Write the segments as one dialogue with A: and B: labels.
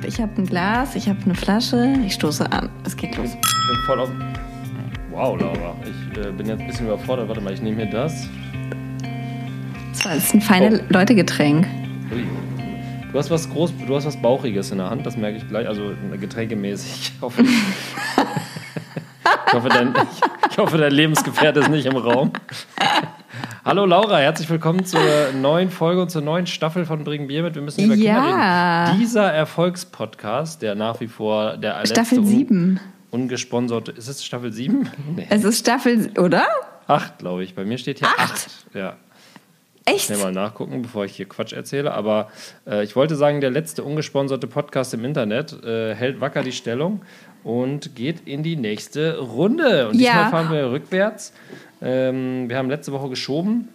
A: Ich hab ein Glas, ich habe eine Flasche, ich stoße an. Es geht los.
B: Ich bin voll auf... Wow, Laura, ich bin jetzt ein bisschen überfordert. Warte mal, ich nehme hier das.
A: Das ist ein feines Leutegetränk.
B: Ui. Du hast was Bauchiges in der Hand, das merke ich gleich, also getränkemäßig. Ich hoffe, dein Lebensgefährte ist nicht im Raum. Hallo Laura, herzlich willkommen zur neuen Folge und zur neuen Staffel von Bring Bier mit. Wir müssen über Kinder reden. Dieser Erfolgspodcast, der nach wie vor der letzte
A: Staffel 7.
B: Ungesponserte... Ist es Staffel 7? Nee.
A: Es ist Staffel, oder?
B: 8, glaube ich. Bei mir steht hier 8. Ja.
A: Echt?
B: Schnell mal nachgucken, bevor ich hier Quatsch erzähle. Aber ich wollte sagen, der letzte ungesponserte Podcast im Internet hält wacker die Stellung und geht in die nächste Runde. Und diesmal fahren wir rückwärts. Wir haben letzte Woche geschoben,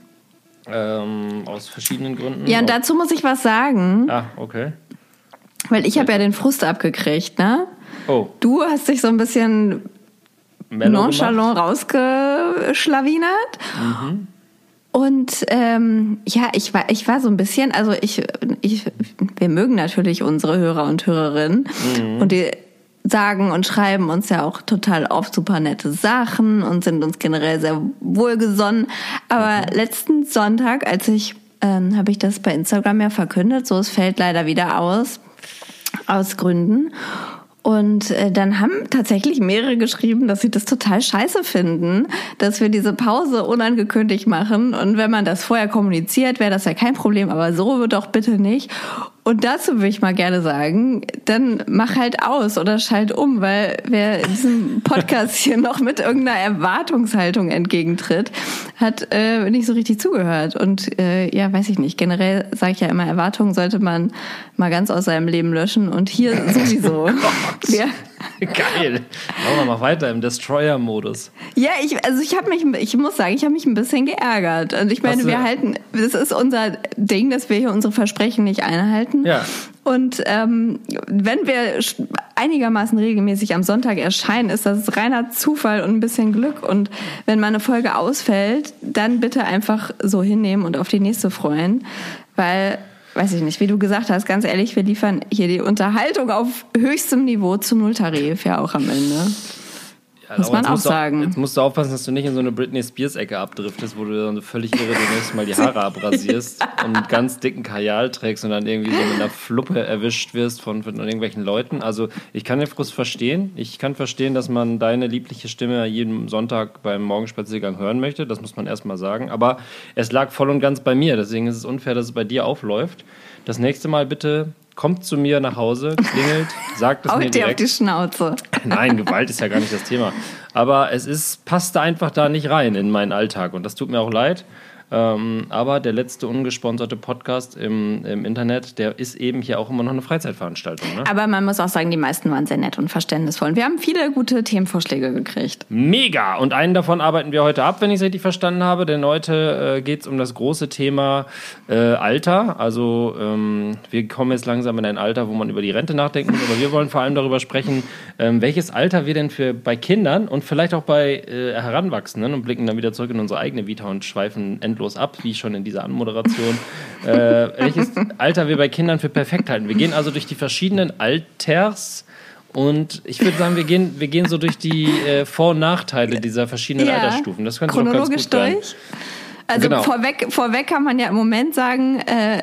B: aus verschiedenen Gründen.
A: Ja, und dazu muss ich was sagen.
B: Ah, okay.
A: Weil ich habe ja den Frust abgekriegt, ne?
B: Oh.
A: Du hast dich so ein bisschen nonchalant rausgeschlawinert.
B: Mhm.
A: Und ich war so ein bisschen, also wir mögen natürlich unsere Hörer und Hörerinnen und die sagen und schreiben uns ja auch total oft super nette Sachen und sind uns generell sehr wohlgesonnen. Aber letzten Sonntag, habe ich das bei Instagram ja verkündet, so es fällt leider wieder aus Gründen. Und dann haben tatsächlich mehrere geschrieben, dass sie das total scheiße finden, dass wir diese Pause unangekündigt machen. Und wenn man das vorher kommuniziert, wäre das ja kein Problem, aber so doch bitte nicht. Und dazu würde ich mal gerne sagen, dann mach halt aus oder schalt um, weil wer diesem Podcast hier noch mit irgendeiner Erwartungshaltung entgegentritt, hat nicht so richtig zugehört. Und weiß ich nicht, generell sage ich ja immer, Erwartungen sollte man mal ganz aus seinem Leben löschen und hier sowieso.
B: Geil. Machen wir mal weiter im Destroyer-Modus.
A: Ja, ich muss sagen, ich habe mich ein bisschen geärgert. Und ich meine, das ist unser Ding, dass wir hier unsere Versprechen nicht einhalten.
B: Ja.
A: Und wenn wir einigermaßen regelmäßig am Sonntag erscheinen, ist das reiner Zufall und ein bisschen Glück. Und wenn mal eine Folge ausfällt, dann bitte einfach so hinnehmen und auf die nächste freuen. Weil, weiß ich nicht, wie du gesagt hast, ganz ehrlich, wir liefern hier die Unterhaltung auf höchstem Niveau zu Nulltarif ja auch am Ende. Ja, muss man auch sagen.
B: Jetzt musst du aufpassen, dass du nicht in so eine Britney Spears-Ecke abdriftest, wo du dann völlig irre dir nächstes Mal die Haare abrasierst und einen ganz dicken Kajal trägst und dann irgendwie so mit einer Fluppe erwischt wirst von irgendwelchen Leuten. Also ich kann den Frust verstehen. Ich kann verstehen, dass man deine liebliche Stimme jeden Sonntag beim Morgenspaziergang hören möchte. Das muss man erstmal sagen. Aber es lag voll und ganz bei mir. Deswegen ist es unfair, dass es bei dir aufläuft. Das nächste Mal bitte... Kommt zu mir nach Hause, klingelt, sagt es mir direkt.
A: Dir auf die Schnauze.
B: Nein, Gewalt ist ja gar nicht das Thema. Aber passte einfach da nicht rein in meinen Alltag. Und das tut mir auch leid. Aber der letzte ungesponserte Podcast im Internet, der ist eben hier auch immer noch eine Freizeitveranstaltung. Ne?
A: Aber man muss auch sagen, die meisten waren sehr nett und verständnisvoll. Und wir haben viele gute Themenvorschläge gekriegt.
B: Mega! Und einen davon arbeiten wir heute ab, wenn ich es richtig verstanden habe. Denn heute geht es um das große Thema Alter. Also wir kommen jetzt langsam in ein Alter, wo man über die Rente nachdenken muss. Aber wir wollen vor allem darüber sprechen, welches Alter wir denn bei Kindern und vielleicht auch bei Heranwachsenden und blicken dann wieder zurück in unsere eigene Vita und schweifen endlos ab, wie schon in dieser Anmoderation, welches Alter wir bei Kindern für perfekt halten. Wir gehen also durch die verschiedenen Alters und ich würde sagen, wir gehen so durch die Vor- und Nachteile dieser verschiedenen Altersstufen. Das könnte doch ganz gut sein.
A: Durch. Also genau. Vorweg kann man ja im Moment sagen,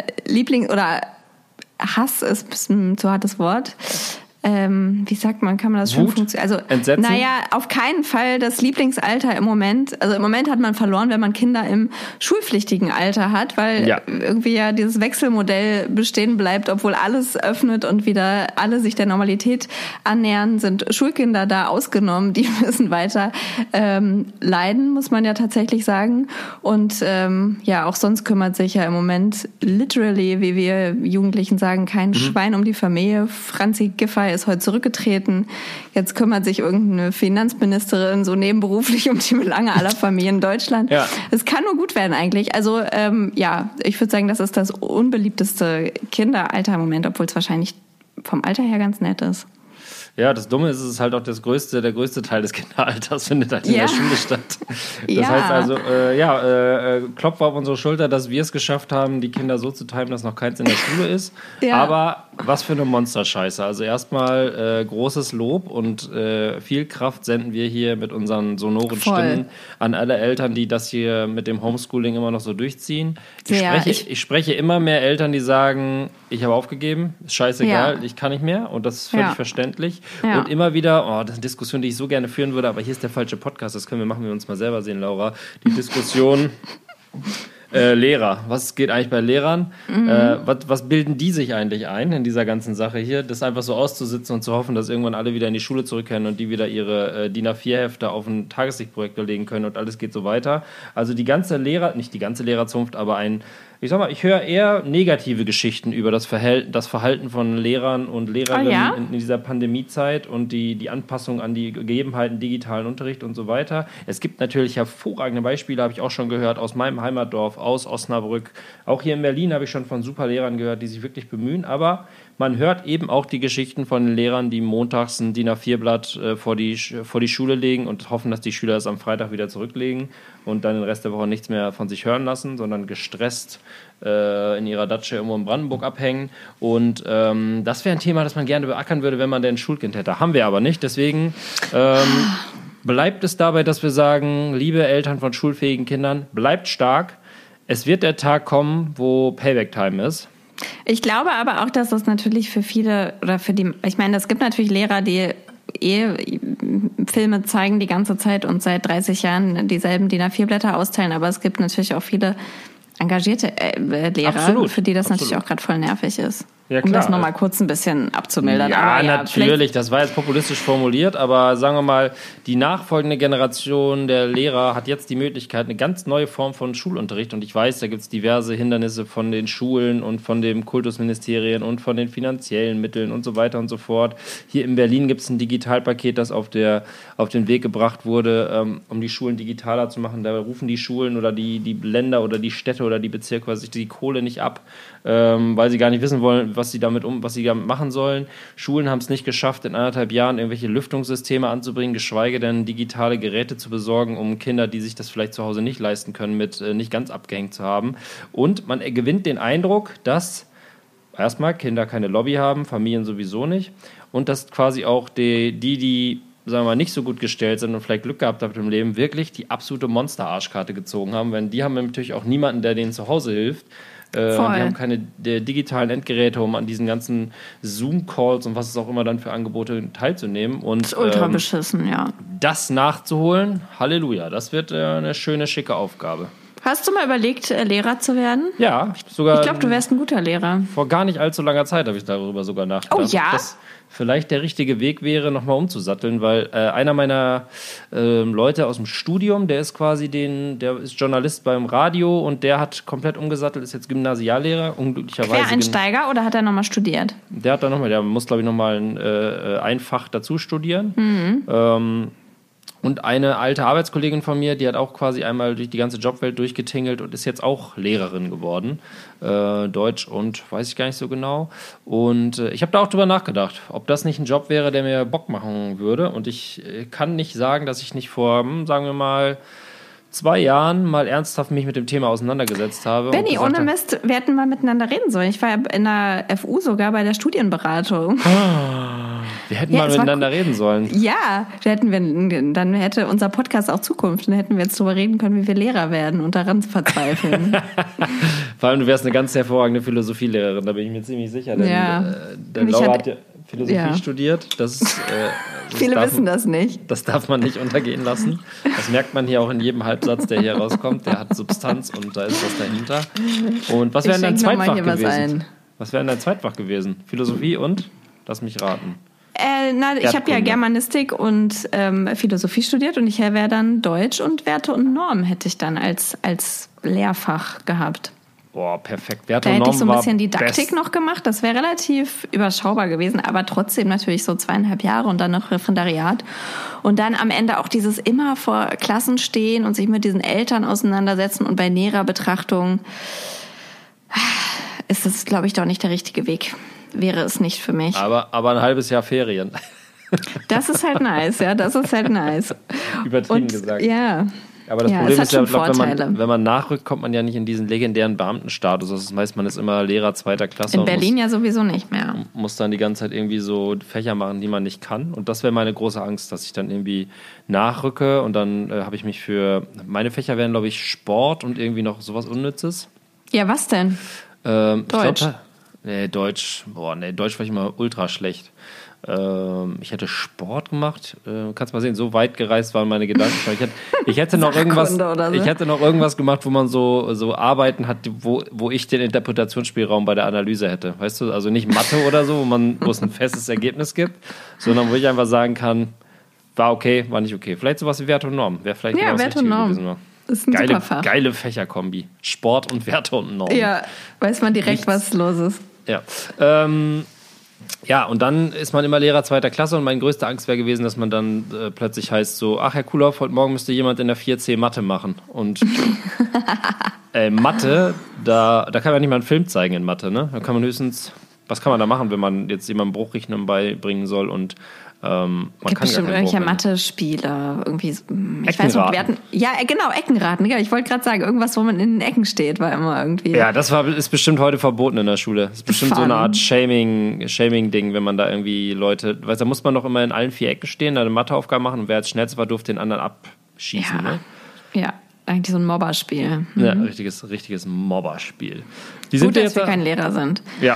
A: oder Hass ist ein zu hartes Wort. Wie sagt man, kann man das schon funktionieren? Also,
B: Entsetzen?
A: Auf keinen Fall das Lieblingsalter im Moment. Also im Moment hat man verloren, wenn man Kinder im schulpflichtigen Alter hat, weil irgendwie ja dieses Wechselmodell bestehen bleibt, obwohl alles öffnet und wieder alle sich der Normalität annähern, sind Schulkinder da ausgenommen, die müssen weiter leiden, muss man ja tatsächlich sagen. Und auch sonst kümmert sich ja im Moment literally, wie wir Jugendlichen sagen, kein Schwein um die Familie. Franzi Giffey ist heute zurückgetreten. Jetzt kümmert sich irgendeine Finanzministerin so nebenberuflich um die Belange aller Familien in Deutschland. Ja. Es kann nur gut werden eigentlich. Also ich würde sagen, das ist das unbeliebteste Kinderalter im Moment, obwohl es wahrscheinlich vom Alter her ganz nett ist.
B: Ja, das Dumme ist, es ist halt auch der größte Teil des Kinderalters findet halt in der Schule statt. Das heißt also, Klopf auf unsere Schulter, dass wir es geschafft haben, die Kinder so zu timen, dass noch keins in der Schule ist. Ja. Aber was für eine Monsterscheiße. Also erstmal großes Lob und viel Kraft senden wir hier mit unseren sonoren Stimmen an alle Eltern, die das hier mit dem Homeschooling immer noch so durchziehen. Ich spreche immer mehr Eltern, die sagen, ich habe aufgegeben, ist scheißegal, ich kann nicht mehr und das ist völlig verständlich. Ja. Und immer wieder, das ist eine Diskussion, die ich so gerne führen würde, aber hier ist der falsche Podcast, das können wir machen, wir uns mal selber sehen, Laura. Die Diskussion Lehrer. Was geht eigentlich bei Lehrern? Was bilden die sich eigentlich ein in dieser ganzen Sache hier? Das einfach so auszusitzen und zu hoffen, dass irgendwann alle wieder in die Schule zurückkehren und die wieder ihre DIN A4-Hefte auf einen Tageslichtprojektor legen können und alles geht so weiter. Also die ganze nicht die ganze Lehrerzunft, aber ich höre eher negative Geschichten über das Verhalten von Lehrern und Lehrerinnen in dieser Pandemiezeit und die Anpassung an die Gegebenheiten, digitalen Unterricht und so weiter. Es gibt natürlich hervorragende Beispiele, habe ich auch schon gehört, aus meinem Heimatdorf, aus Osnabrück. Auch hier in Berlin habe ich schon von super Lehrern gehört, die sich wirklich bemühen, aber man hört eben auch die Geschichten von den Lehrern, die montags ein DIN A4-Blatt vor die Schule legen und hoffen, dass die Schüler es am Freitag wieder zurücklegen und dann den Rest der Woche nichts mehr von sich hören lassen, sondern gestresst in ihrer Datsche irgendwo in Brandenburg abhängen. Und das wäre ein Thema, das man gerne beackern würde, wenn man denn ein Schulkind hätte. Haben wir aber nicht. Deswegen bleibt es dabei, dass wir sagen, liebe Eltern von schulfähigen Kindern, bleibt stark. Es wird der Tag kommen, wo Payback-Time ist.
A: Ich glaube aber auch, dass das natürlich für viele ich meine, es gibt natürlich Lehrer, die Filme zeigen die ganze Zeit und seit 30 Jahren dieselben DIN A4-Blätter austeilen, aber es gibt natürlich auch viele engagierte Lehrer, für die das natürlich auch gerade voll nervig ist. Ja, um das nochmal kurz ein bisschen abzumildern.
B: Ja, aber natürlich, das war jetzt populistisch formuliert, aber sagen wir mal, die nachfolgende Generation der Lehrer hat jetzt die Möglichkeit, eine ganz neue Form von Schulunterricht, und ich weiß, da gibt es diverse Hindernisse von den Schulen und von den Kultusministerien und von den finanziellen Mitteln und so weiter und so fort. Hier in Berlin gibt es ein Digitalpaket, das auf den Weg gebracht wurde, um die Schulen digitaler zu machen. Da rufen die Schulen oder die Länder oder die Städte oder die Bezirke die Kohle nicht ab, weil sie gar nicht wissen wollen, was sie damit machen sollen. Schulen haben es nicht geschafft, in 1,5 Jahren irgendwelche Lüftungssysteme anzubringen, geschweige denn digitale Geräte zu besorgen, um Kinder, die sich das vielleicht zu Hause nicht leisten können, mit nicht ganz abgehängt zu haben. Und man gewinnt den Eindruck, dass erstmal Kinder keine Lobby haben, Familien sowieso nicht, und dass quasi auch die sagen wir mal, nicht so gut gestellt sind und vielleicht Glück gehabt haben im Leben, wirklich die absolute Monster-Arschkarte gezogen haben, weil die haben natürlich auch niemanden, der denen zu Hause hilft. Die haben keine digitalen Endgeräte, um an diesen ganzen Zoom-Calls und was es auch immer dann für Angebote teilzunehmen. Und,
A: das ist ultra beschissen, ja.
B: Das nachzuholen, Halleluja, das wird eine schöne, schicke Aufgabe.
A: Hast du mal überlegt, Lehrer zu werden?
B: Ja, sogar.
A: Ich glaube, du wärst ein guter Lehrer.
B: Vor gar nicht allzu langer Zeit habe ich darüber sogar nachgedacht.
A: Oh ja?
B: Das vielleicht der richtige Weg wäre, nochmal umzusatteln, weil einer meiner Leute aus dem Studium, der ist Journalist beim Radio und der hat komplett umgesattelt, ist jetzt Gymnasiallehrer, unglücklicherweise.
A: Quereinsteiger oder hat er nochmal studiert?
B: Der muss, glaube ich, nochmal ein Fach dazu studieren. Und eine alte Arbeitskollegin von mir, die hat auch quasi einmal durch die ganze Jobwelt durchgetingelt und ist jetzt auch Lehrerin geworden. Deutsch und weiß ich gar nicht so genau. Und ich habe da auch drüber nachgedacht, ob das nicht ein Job wäre, der mir Bock machen würde. Und ich kann nicht sagen, dass ich nicht vor, sagen wir mal, 2 Jahren mal ernsthaft mich mit dem Thema auseinandergesetzt habe.
A: Benni, ohne Mist, wir hätten mal miteinander reden sollen. Ich war ja in der FU sogar bei der Studienberatung.
B: Wir hätten mal miteinander reden sollen.
A: Ja, dann hätte unser Podcast auch Zukunft. Dann hätten wir jetzt drüber reden können, wie wir Lehrer werden und daran verzweifeln.
B: Vor allem, du wärst eine ganz hervorragende Philosophielehrerin, da bin ich mir ziemlich sicher. Denn der Laura hat ja Philosophie studiert.
A: Viele wissen das nicht.
B: Das darf man nicht untergehen lassen. Das merkt man hier auch in jedem Halbsatz, der hier rauskommt. Der hat Substanz und da ist was dahinter. Und was wäre denn dein Zweitfach gewesen? Was wäre denn dein Zweitfach gewesen? Philosophie und? Lass mich raten.
A: Ich habe ja Germanistik und Philosophie studiert und ich wäre dann Deutsch und Werte und Norm hätte ich dann als Lehrfach gehabt.
B: Boah, perfekt. Werte
A: da
B: und Norm
A: hätte ich so ein bisschen Didaktik noch gemacht. Das wäre relativ überschaubar gewesen, aber trotzdem natürlich so 2,5 Jahre und dann noch Referendariat. Und dann am Ende auch dieses immer vor Klassen stehen und sich mit diesen Eltern auseinandersetzen und bei näherer Betrachtung ist das, glaube ich, doch nicht der richtige Weg. Wäre es nicht für mich.
B: Aber ein halbes Jahr Ferien.
A: Das ist halt nice, ja, das ist halt nice.
B: Übertrieben
A: Und,
B: gesagt.
A: Ja.
B: Aber das
A: Ja,
B: Problem
A: es hat
B: ist ja,
A: schon Vorteile.
B: wenn man nachrückt, kommt man ja nicht in diesen legendären Beamtenstatus. Das heißt, man ist immer Lehrer zweiter Klasse
A: In
B: und
A: Berlin ja sowieso nicht mehr.
B: muss dann die ganze Zeit irgendwie so Fächer machen, die man nicht kann. Und das wäre meine große Angst, dass ich dann irgendwie nachrücke und dann habe ich mich meine Fächer wären, glaube ich, Sport und irgendwie noch sowas Unnützes.
A: Ja, was denn? Deutsch.
B: Deutsch war ich immer ultra schlecht. Ich hätte Sport gemacht. Kannst mal sehen, so weit gereist waren meine Gedanken. Ich hätte noch irgendwas gemacht, wo man so Arbeiten hat, wo ich den Interpretationsspielraum bei der Analyse hätte. Weißt du, also nicht Mathe oder so, wo es ein festes Ergebnis gibt, sondern wo ich einfach sagen kann, war okay, war nicht okay. Vielleicht sowas wie Wert und Norm. Wäre vielleicht genau das
A: Wert und
B: Richtige
A: Norm.
B: gewesen.
A: Das ist ein super Fach.
B: Geile Fächerkombi. Sport und Werte und Norm.
A: Ja, weiß man direkt, was los ist.
B: Ja. Ja, und dann ist man immer Lehrer zweiter Klasse und meine größte Angst wäre gewesen, dass man dann plötzlich heißt so, ach Herr Kuhloff, heute Morgen müsste jemand in der 4C Mathe machen. Und Mathe, da kann man nicht mal einen Film zeigen in Mathe, ne? Da kann man höchstens, was kann man da machen, wenn man jetzt jemandem Bruchrechnen beibringen soll und man
A: gibt
B: kann
A: bestimmt irgendwelche Mathe-Spiele, irgendwie, ich weiß nicht, Eckenraten, ja, ich wollte gerade sagen, irgendwas, wo man in den Ecken steht, war immer irgendwie.
B: Ja, ist bestimmt heute verboten in der Schule. Das ist bestimmt so eine Art Shaming-Ding, wenn man da irgendwie Leute, da muss man doch immer in allen 4 Ecken stehen, eine Matheaufgabe machen und wer als schnellste war, durfte den anderen abschießen, ne?
A: Ja, eigentlich so ein Mobberspiel. Mhm.
B: Ja, richtiges Mobberspiel.
A: Gut, dass wir kein Lehrer sind.
B: Ja.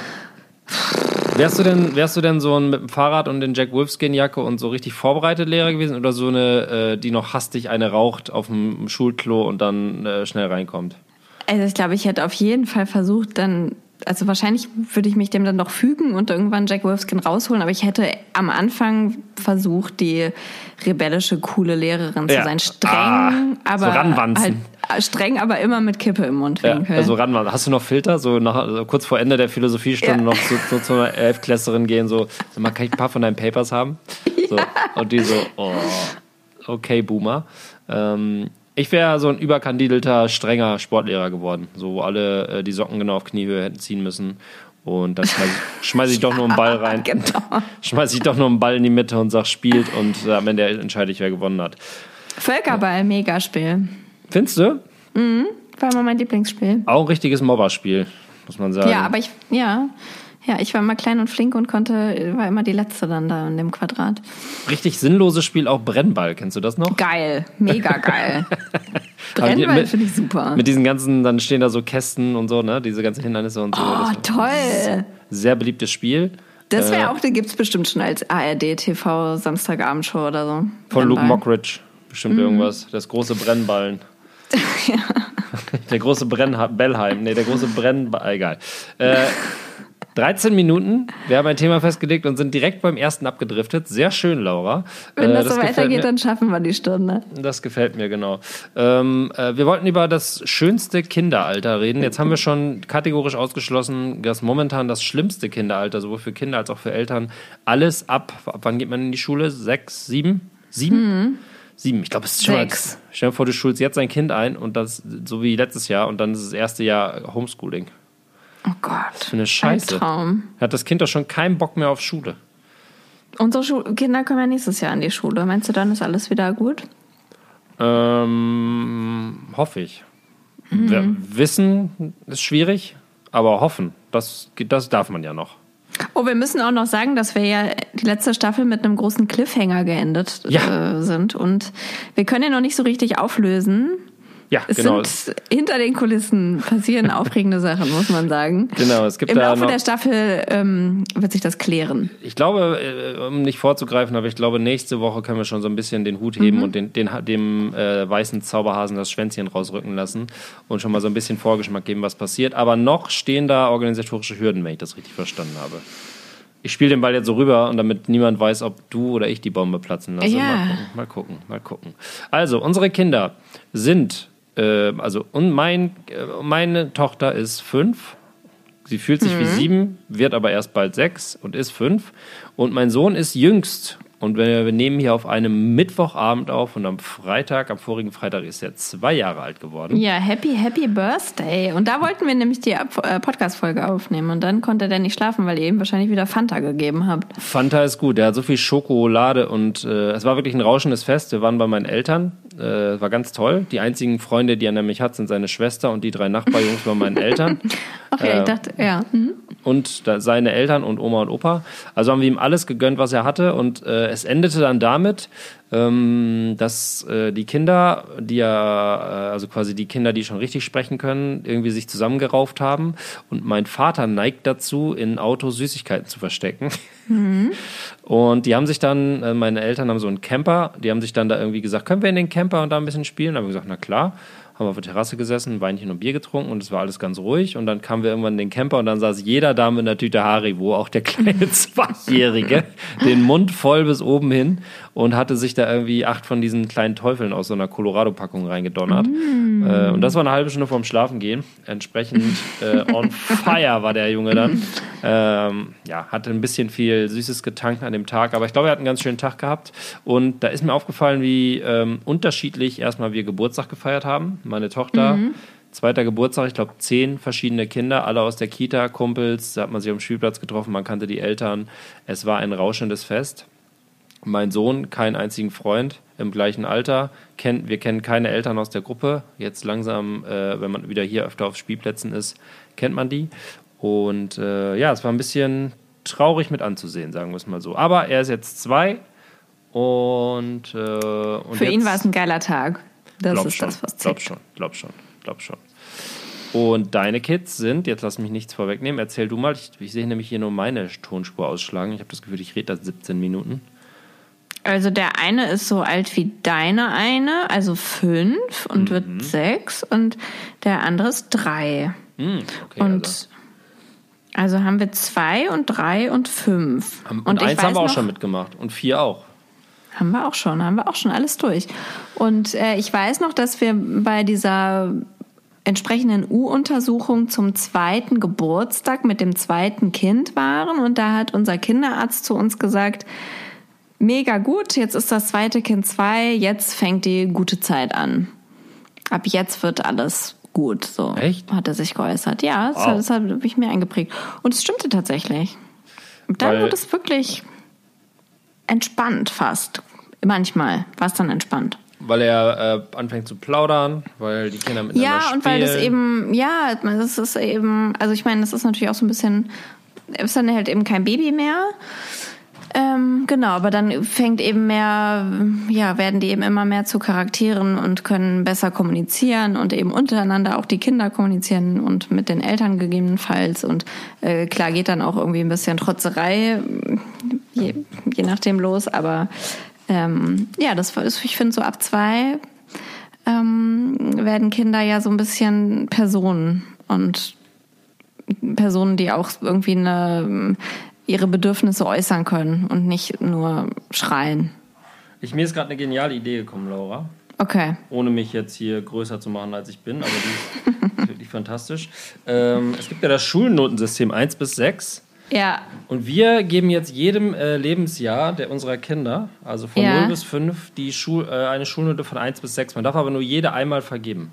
B: Wärst du denn so mit dem Fahrrad und den Jack Wolfskin-Jacke und so richtig vorbereitet Lehrer gewesen oder so eine, die noch hastig eine raucht auf dem Schulklo und dann schnell reinkommt?
A: Also ich glaube, ich hätte auf jeden Fall versucht, also wahrscheinlich würde ich mich dem dann noch fügen und irgendwann Jack Wolfskin rausholen, aber ich hätte am Anfang versucht, die rebellische, coole Lehrerin zu sein. Streng, aber
B: so ranwanzen.
A: Halt streng, aber immer mit Kippe im Mundwinkel.
B: Ja, also ranwanzen. Hast du noch Filter? So kurz vor Ende der Philosophiestunde noch zu einer 11-Klässlerin gehen, so, kann ich ein paar von deinen Papers haben? So, und die so, okay, Boomer. Ich wäre so ein überkandidelter, strenger Sportlehrer geworden, so wo alle die Socken genau auf Kniehöhe hätten ziehen müssen. Und dann schmeiße ich doch nur einen Ball rein.
A: Genau.
B: Schmeiße ich doch nur einen Ball in die Mitte und sag, spielt. Und am Ende entscheide ich, wer gewonnen hat.
A: Völkerball, Megaspiel.
B: Findest du?
A: Mhm, war immer mein Lieblingsspiel.
B: Auch ein richtiges Mobberspiel, muss man sagen.
A: Ja, aber ich war immer klein und flink und war immer die Letzte dann da in dem Quadrat.
B: Richtig sinnloses Spiel, auch Brennball. Kennst du das noch?
A: Geil, mega geil. Brennball finde ich super.
B: Mit diesen ganzen, dann stehen da so Kästen und so, ne? Diese ganzen Hindernisse und so.
A: Oh, toll.
B: Sehr beliebtes Spiel.
A: Das wäre auch, den gibt es bestimmt schon als ARD-TV Samstagabendshow oder so.
B: Von Luke Mockridge. Bestimmt irgendwas. Das große Brennballen.
A: Ja.
B: Der große Bellheim. Nee, der große Brennball. Egal. 13 Minuten. Wir haben ein Thema festgelegt und sind direkt beim ersten abgedriftet. Sehr schön, Laura.
A: Wenn das so weitergeht, dann schaffen wir die Stunde.
B: Das gefällt mir, genau. Wir wollten über das schönste Kinderalter reden. Jetzt haben wir schon kategorisch ausgeschlossen, dass momentan das schlimmste Kinderalter, sowohl für Kinder als auch für Eltern, alles ab wann geht man in die Schule? 6, 7? 7? 7. Ich glaube, es ist schon
A: 6.
B: Stell dir vor, du schulst jetzt ein Kind ein und das so wie letztes Jahr und dann ist das erste Jahr Homeschooling.
A: Oh Gott.
B: Was für eine Scheiße.
A: Traum.
B: Hat das Kind doch schon keinen Bock mehr auf Schule.
A: Unsere Kinder kommen ja nächstes Jahr in die Schule. Meinst du, dann ist alles wieder gut?
B: Hoffe ich. Wissen ist schwierig, aber hoffen, das darf man ja noch.
A: Oh, wir müssen auch noch sagen, dass wir ja die letzte Staffel mit einem großen Cliffhanger geendet sind. Und wir können ihn noch nicht so richtig auflösen.
B: Ja, genau.
A: Hinter den Kulissen passieren aufregende Sachen, muss man sagen.
B: Genau, es gibt
A: im Laufe der Staffel wird sich das klären.
B: Ich glaube, um nicht vorzugreifen, aber ich glaube, nächste Woche können wir schon so ein bisschen den Hut heben und dem weißen Zauberhasen das Schwänzchen rausrücken lassen und schon mal so ein bisschen Vorgeschmack geben, was passiert. Aber noch stehen da organisatorische Hürden, wenn ich das richtig verstanden habe. Ich spiele den Ball jetzt so rüber und damit niemand weiß, ob du oder ich die Bombe platzen lasse.
A: Ja.
B: Mal gucken. Also, unsere Kinder sind meine Tochter ist 5. Sie fühlt sich wie 7, wird aber erst bald 6 und ist 5. Und mein Sohn ist jüngst Und wir nehmen hier auf einem Mittwochabend auf und am vorigen Freitag ist er 2 Jahre alt geworden.
A: Ja, happy Birthday. Und da wollten wir nämlich die Podcast-Folge aufnehmen. Und dann konnte der nicht schlafen, weil ihr ihm wahrscheinlich wieder Fanta gegeben habt.
B: Fanta ist gut. Der hat so viel Schokolade und es war wirklich ein rauschendes Fest. Wir waren bei meinen Eltern. War ganz toll. Die einzigen Freunde, die er nämlich hat, sind seine Schwester und die 3 Nachbarjungs bei meinen Eltern.
A: Okay, ich dachte, ja.
B: Und seine Eltern und Oma und Opa. Also haben wir ihm alles gegönnt, was er hatte. Und es endete dann damit, dass die Kinder, also quasi die Kinder, die schon richtig sprechen können, irgendwie sich zusammengerauft haben. Und mein Vater neigt dazu, in Autos Süßigkeiten zu verstecken. Und die haben sich dann, meine Eltern haben so einen Camper, die haben sich dann da irgendwie gesagt, können wir in den Camper und da ein bisschen spielen? Da haben wir gesagt, na klar. Haben wir auf der Terrasse gesessen, Weinchen und Bier getrunken und es war alles ganz ruhig. Und dann kamen wir irgendwann in den Camper und dann saß jeder da mit einer Tüte Haribo, auch der kleine Zweijährige, den Mund voll bis oben hin und hatte sich da irgendwie 8 von diesen kleinen Teufeln aus so einer Colorado-Packung reingedonnert. Und das war eine halbe Stunde vorm Schlafengehen. Entsprechend on fire war der Junge dann. Hatte ein bisschen viel Süßes getankt an dem Tag, aber ich glaube, er hat einen ganz schönen Tag gehabt. Und da ist mir aufgefallen, wie unterschiedlich erstmal wir Geburtstag gefeiert haben. Meine Tochter, 2. Geburtstag, ich glaube 10 verschiedene Kinder, alle aus der Kita, Kumpels, da hat man sich am Spielplatz getroffen, man kannte die Eltern. Es war ein rauschendes Fest. Mein Sohn, keinen einzigen Freund im gleichen Alter. Wir kennen keine Eltern aus der Gruppe. Jetzt langsam, wenn man wieder hier öfter auf Spielplätzen ist, kennt man die. Und es war ein bisschen traurig mit anzusehen, sagen wir es mal so. Aber er ist jetzt 2 und
A: für ihn war es ein geiler Tag. Das ist das, was zählt.
B: Glaub schon. Und deine Kids sind, jetzt lass mich nichts vorwegnehmen, erzähl du mal, ich sehe nämlich hier nur meine Tonspur ausschlagen. Ich habe das Gefühl, ich rede da 17 Minuten.
A: Also der eine ist so alt wie deine eine, also 5 und wird 6 und der andere ist 3.
B: Okay,
A: und also haben wir 2 und 3 und 5.
B: Und 1 haben wir auch schon mitgemacht und 4 auch.
A: Haben wir auch schon alles durch. Und ich weiß noch, dass wir bei dieser entsprechenden U-Untersuchung zum 2. Geburtstag mit dem 2. Kind waren. Und da hat unser Kinderarzt zu uns gesagt, mega gut, jetzt ist das 2. Kind 2, jetzt fängt die gute Zeit an. Ab jetzt wird alles gut. So.
B: Echt?
A: Hat er sich geäußert. Ja, das habe ich mir eingeprägt. Und es stimmte tatsächlich. Und dann wird es wirklich entspannt fast. Manchmal war es dann entspannt.
B: Weil er anfängt zu plaudern, weil die Kinder miteinander spielen.
A: Ja, und weil das ist eben, also ich meine, das ist natürlich auch so ein bisschen, er ist dann halt eben kein Baby mehr. Genau, aber dann fängt eben werden die eben immer mehr zu Charakteren und können besser kommunizieren und eben untereinander auch die Kinder kommunizieren und mit den Eltern gegebenenfalls. Und klar geht dann auch irgendwie ein bisschen Trotzerei, je nachdem los, aber ich finde so ab 2 werden Kinder ja so ein bisschen Personen und Personen, die auch irgendwie ihre Bedürfnisse äußern können und nicht nur schreien.
B: Mir ist gerade eine geniale Idee gekommen, Laura.
A: Okay.
B: Ohne mich jetzt hier größer zu machen, als ich bin, aber die ist wirklich fantastisch. Es gibt ja das Schulnotensystem 1 bis 6.
A: Ja.
B: Und wir geben jetzt jedem Lebensjahr unserer Kinder, also von 0 bis 5, eine Schulnote von 1 bis 6. Man darf aber nur jede einmal vergeben.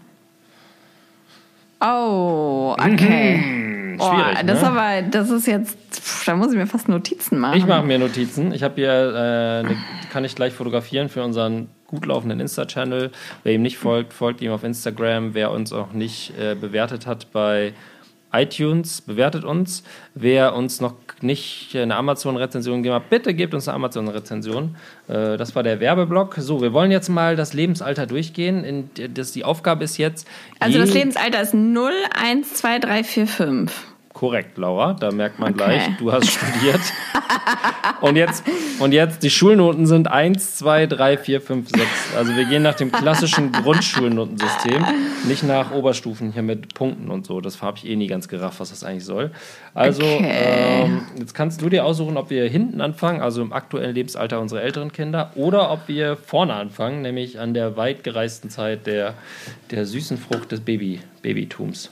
A: Oh, okay.
B: Schwierig,
A: das ist jetzt, da muss ich mir fast Notizen machen.
B: Ich mache mir Notizen. Ich habe hier, kann ich gleich fotografieren für unseren gut laufenden Insta-Channel. Wer ihm nicht folgt, folgt ihm auf Instagram. Wer uns auch nicht bewertet hat bei iTunes, bewertet uns. Wer uns noch nicht eine Amazon-Rezension gegeben hat, bitte gebt uns eine Amazon-Rezension. Das war der Werbeblock. So, wir wollen jetzt mal das Lebensalter durchgehen. Die Aufgabe ist jetzt...
A: Also das Lebensalter ist 0, 1, 2, 3, 4, 5.
B: Korrekt, Laura. Da merkt man gleich, du hast studiert. Und jetzt, die Schulnoten sind 1, 2, 3, 4, 5, 6. Also wir gehen nach dem klassischen Grundschulnotensystem, nicht nach Oberstufen hier mit Punkten und so. Das habe ich nie ganz gerafft, was das eigentlich soll. Also jetzt kannst du dir aussuchen, ob wir hinten anfangen, also im aktuellen Lebensalter unserer älteren Kinder, oder ob wir vorne anfangen, nämlich an der weit gereisten Zeit der süßen Frucht des Babytums.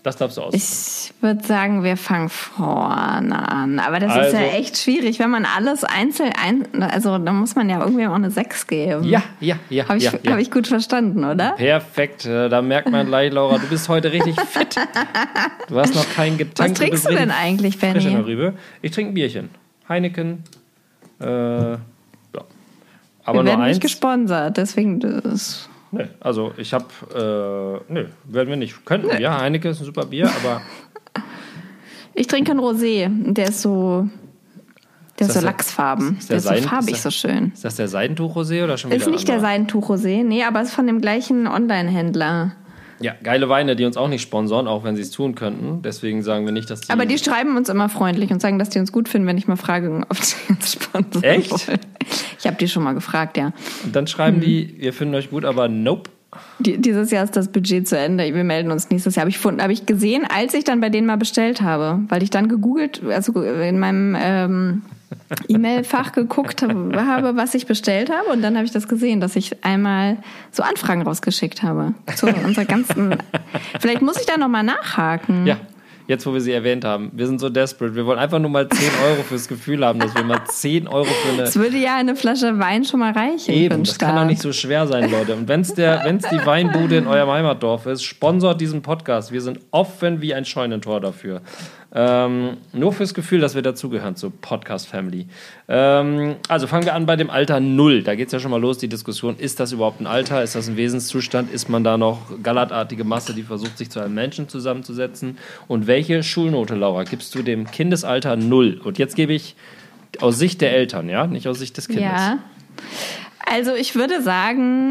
B: Das darfst du aus.
A: Ich würde sagen, wir fangen vorne an. Aber das ist ja echt schwierig, wenn man alles einzeln also da muss man ja irgendwie auch eine 6 geben.
B: Ja.
A: Hab ich gut verstanden, oder?
B: Perfekt. Da merkt man gleich, Laura, du bist heute richtig fit. Du hast noch kein Getank.
A: Was trinkst du denn eigentlich, Benni?
B: Ich trinke ein Bierchen. Heineken. Ja. Aber
A: wir werden
B: nur eins.
A: nicht gesponsert, deswegen das.
B: Nee, also ich habe, werden wir nicht. Könnten wir, ja, Heineken ist ein super Bier, aber...
A: Ich trinke einen Rosé, der ist so lachsfarben. Der ist so farbig, so schön.
B: Ist das der Seidentuch-Rosé oder schon wieder
A: Ist nicht der Seidentuch-Rosé, nee, aber es ist von dem gleichen Online-Händler.
B: Ja, geile Weine, die uns auch nicht sponsoren, auch wenn sie es tun könnten. Deswegen sagen wir nicht, dass die...
A: Aber die schreiben uns immer freundlich und sagen, dass die uns gut finden, wenn ich mal frage, ob sie uns sponsern
B: Echt?
A: wollen. Ich habe die schon mal gefragt, ja.
B: Und dann schreiben die, wir finden euch gut, aber nope.
A: Dieses Jahr ist das Budget zu Ende. Wir melden uns nächstes Jahr. Habe ich gesehen, als ich dann bei denen mal bestellt habe. Weil ich dann gegoogelt, also in meinem E-Mail-Fach geguckt habe, was ich bestellt habe. Und dann habe ich das gesehen, dass ich einmal so Anfragen rausgeschickt habe. Zu unserer ganzen... Vielleicht muss ich da nochmal nachhaken.
B: Ja. Jetzt, wo wir sie erwähnt haben. Wir sind so desperate. Wir wollen einfach nur mal 10 Euro fürs Gefühl haben, dass wir mal 10 Euro für eine...
A: Es würde ja eine Flasche Wein schon mal reichen.
B: Eben, das kann doch nicht so schwer sein, Leute. Und wenn's die Weinbude in eurem Heimatdorf ist, sponsort diesen Podcast. Wir sind offen wie ein Scheunentor dafür. Nur fürs Gefühl, dass wir dazugehören zur Podcast-Family. Also fangen wir an bei dem Alter 0. Da geht es ja schon mal los, die Diskussion. Ist das überhaupt ein Alter? Ist das ein Wesenszustand? Ist man da noch gallertartige Masse, die versucht, sich zu einem Menschen zusammenzusetzen? Und welche Schulnote, Laura, gibst du dem Kindesalter 0? Und jetzt gebe ich aus Sicht der Eltern, ja? Nicht aus Sicht des Kindes.
A: Ja, also ich würde sagen,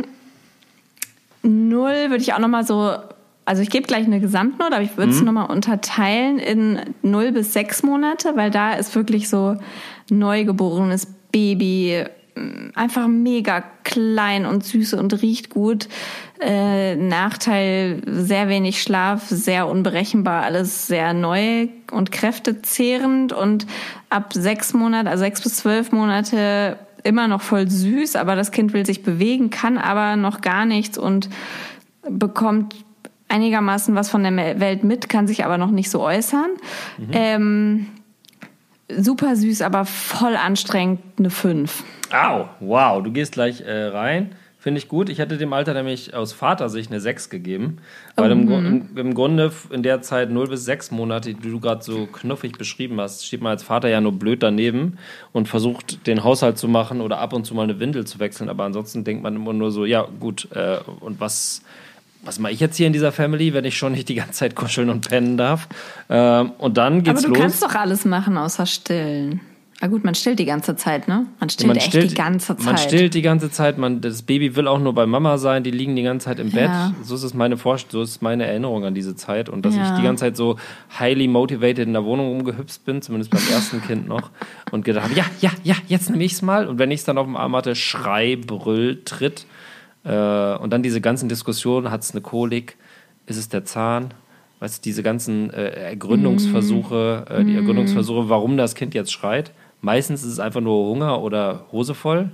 A: 0 würde ich auch nochmal so... Also ich gebe gleich eine Gesamtnote, aber ich würde es nochmal unterteilen in 0 bis 6 Monate, weil da ist wirklich so neugeborenes Baby, einfach mega klein und süß und riecht gut. Nachteil, sehr wenig Schlaf, sehr unberechenbar, alles sehr neu und kräftezehrend. Und ab 6 Monate, also 6 bis 12 Monate immer noch voll süß, aber das Kind will sich bewegen, kann aber noch gar nichts und bekommt einigermaßen was von der Welt mit, kann sich aber noch nicht so äußern. Super süß, aber voll anstrengend, eine 5.
B: Au, wow, du gehst gleich rein. Finde ich gut. Ich hätte dem Alter nämlich aus Vatersicht eine 6 gegeben. Weil im Grunde in der Zeit 0 bis 6 Monate, die du gerade so knuffig beschrieben hast, steht man als Vater ja nur blöd daneben und versucht, den Haushalt zu machen oder ab und zu mal eine Windel zu wechseln. Aber ansonsten denkt man immer nur so, ja gut, und was mache ich jetzt hier in dieser Family, wenn ich schon nicht die ganze Zeit kuscheln und pennen darf? Und dann geht's los.
A: Aber du kannst doch alles machen, außer stillen. Na gut, man stillt die ganze Zeit, ne? Man stillt die ganze Zeit.
B: Man stillt die ganze Zeit. Das Baby will auch nur bei Mama sein. Die liegen die ganze Zeit im Bett. So ist meine Erinnerung an diese Zeit. Und dass ich die ganze Zeit so highly motivated in der Wohnung rumgehüpft bin, zumindest beim ersten Kind noch. Und gedacht habe, ja, jetzt nehme ich es mal. Und wenn ich es dann auf dem Arm hatte, Schrei, Brüll, Tritt. Und dann diese ganzen Diskussionen, hat es eine Kolik, ist es der Zahn, weißt du, diese ganzen Ergründungsversuche, warum das Kind jetzt schreit. Meistens ist es einfach nur Hunger oder Hose voll.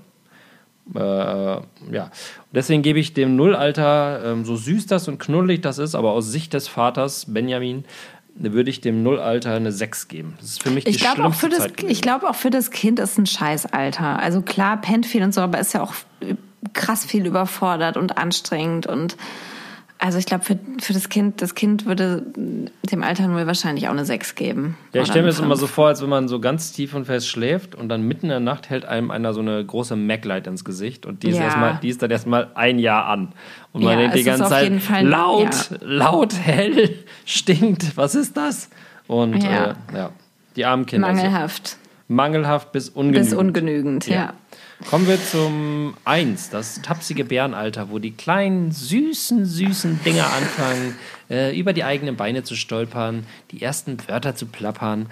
B: Und deswegen gebe ich dem Nullalter, so süß das und knuddelig das ist, aber aus Sicht des Vaters, Benjamin, würde ich dem Nullalter eine 6 geben. Das ist für mich die schlimmste Zeit gewesen.
A: Ich glaube, auch für das Kind ist ein Scheißalter. Also klar, pennt viel und so, aber ist ja auch krass viel überfordert und anstrengend und also ich glaube, für das Kind würde dem Alter 0 wahrscheinlich auch eine 6 geben.
B: Ja, ich stelle mir das immer so vor, als wenn man so ganz tief und fest schläft und dann mitten in der Nacht hält einem einer so eine große Mac-Light ins Gesicht und die ist dann erstmal ein Jahr an. Und man denkt die ganze Zeit, laut, hell, stinkt, was ist das? Und die armen Kinder. Mangelhaft bis ungenügend.
A: Bis ungenügend, ja.
B: Kommen wir zum 1, das tapsige Bärenalter, wo die kleinen, süßen Dinger anfangen, über die eigenen Beine zu stolpern, die ersten Wörter zu plappern,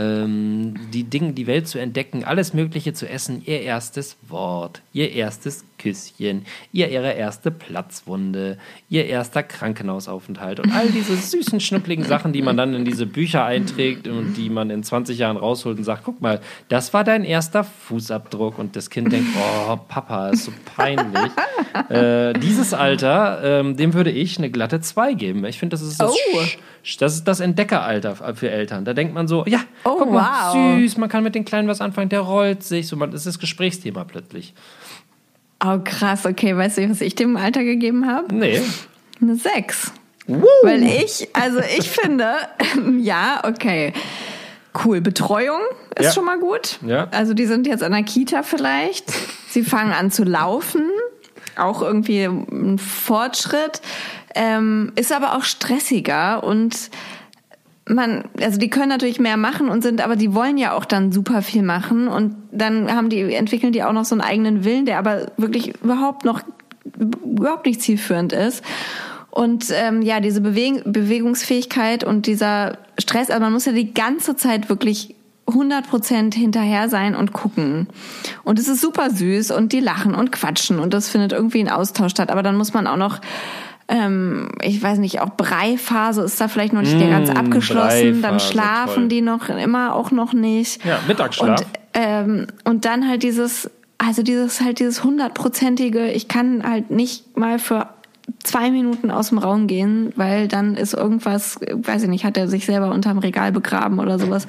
B: die Welt zu entdecken, alles Mögliche zu essen, ihr erstes Wort, ihr erstes Küsschen, ihre erste Platzwunde, ihr erster Krankenhausaufenthalt und all diese süßen, schnuckligen Sachen, die man dann in diese Bücher einträgt und die man in 20 Jahren rausholt und sagt, guck mal, das war dein erster Fußabdruck und das Kind denkt, oh, Papa, ist so peinlich. Dieses Alter, dem würde ich eine glatte 2 geben. Ich finde das ist das Entdeckeralter für Eltern. Da denkt man so, ja, guck mal,
A: wow.
B: süß, man kann mit den Kleinen was anfangen, der rollt sich. So, es ist Gesprächsthema plötzlich.
A: Oh, krass, okay. Weißt du, was ich dem Alter gegeben habe?
B: Nee.
A: Eine 6. Weil ich finde, ja, okay, cool, Betreuung ist schon mal gut.
B: Ja.
A: Also die sind jetzt an der Kita vielleicht. Sie fangen an zu laufen. Auch irgendwie ein Fortschritt. Ist aber auch stressiger und also die können natürlich mehr machen aber die wollen ja auch dann super viel machen und dann entwickeln die auch noch so einen eigenen Willen, der aber wirklich überhaupt nicht zielführend ist. Und diese Bewegungsfähigkeit und dieser Stress, also man muss ja die ganze Zeit wirklich 100% hinterher sein und gucken. Und es ist super süß und die lachen und quatschen und das findet irgendwie ein Austausch statt. Aber dann muss man auch noch ich weiß nicht, auch Breiphase ist da vielleicht noch nicht ganz abgeschlossen. Dann schlafen die noch nicht.
B: Ja, Mittagsschlaf.
A: Und dann halt dieses 100%ige, ich kann halt nicht mal für 2 Minuten aus dem Raum gehen, weil dann ist irgendwas, weiß ich nicht, hat er sich selber unterm Regal begraben oder sowas.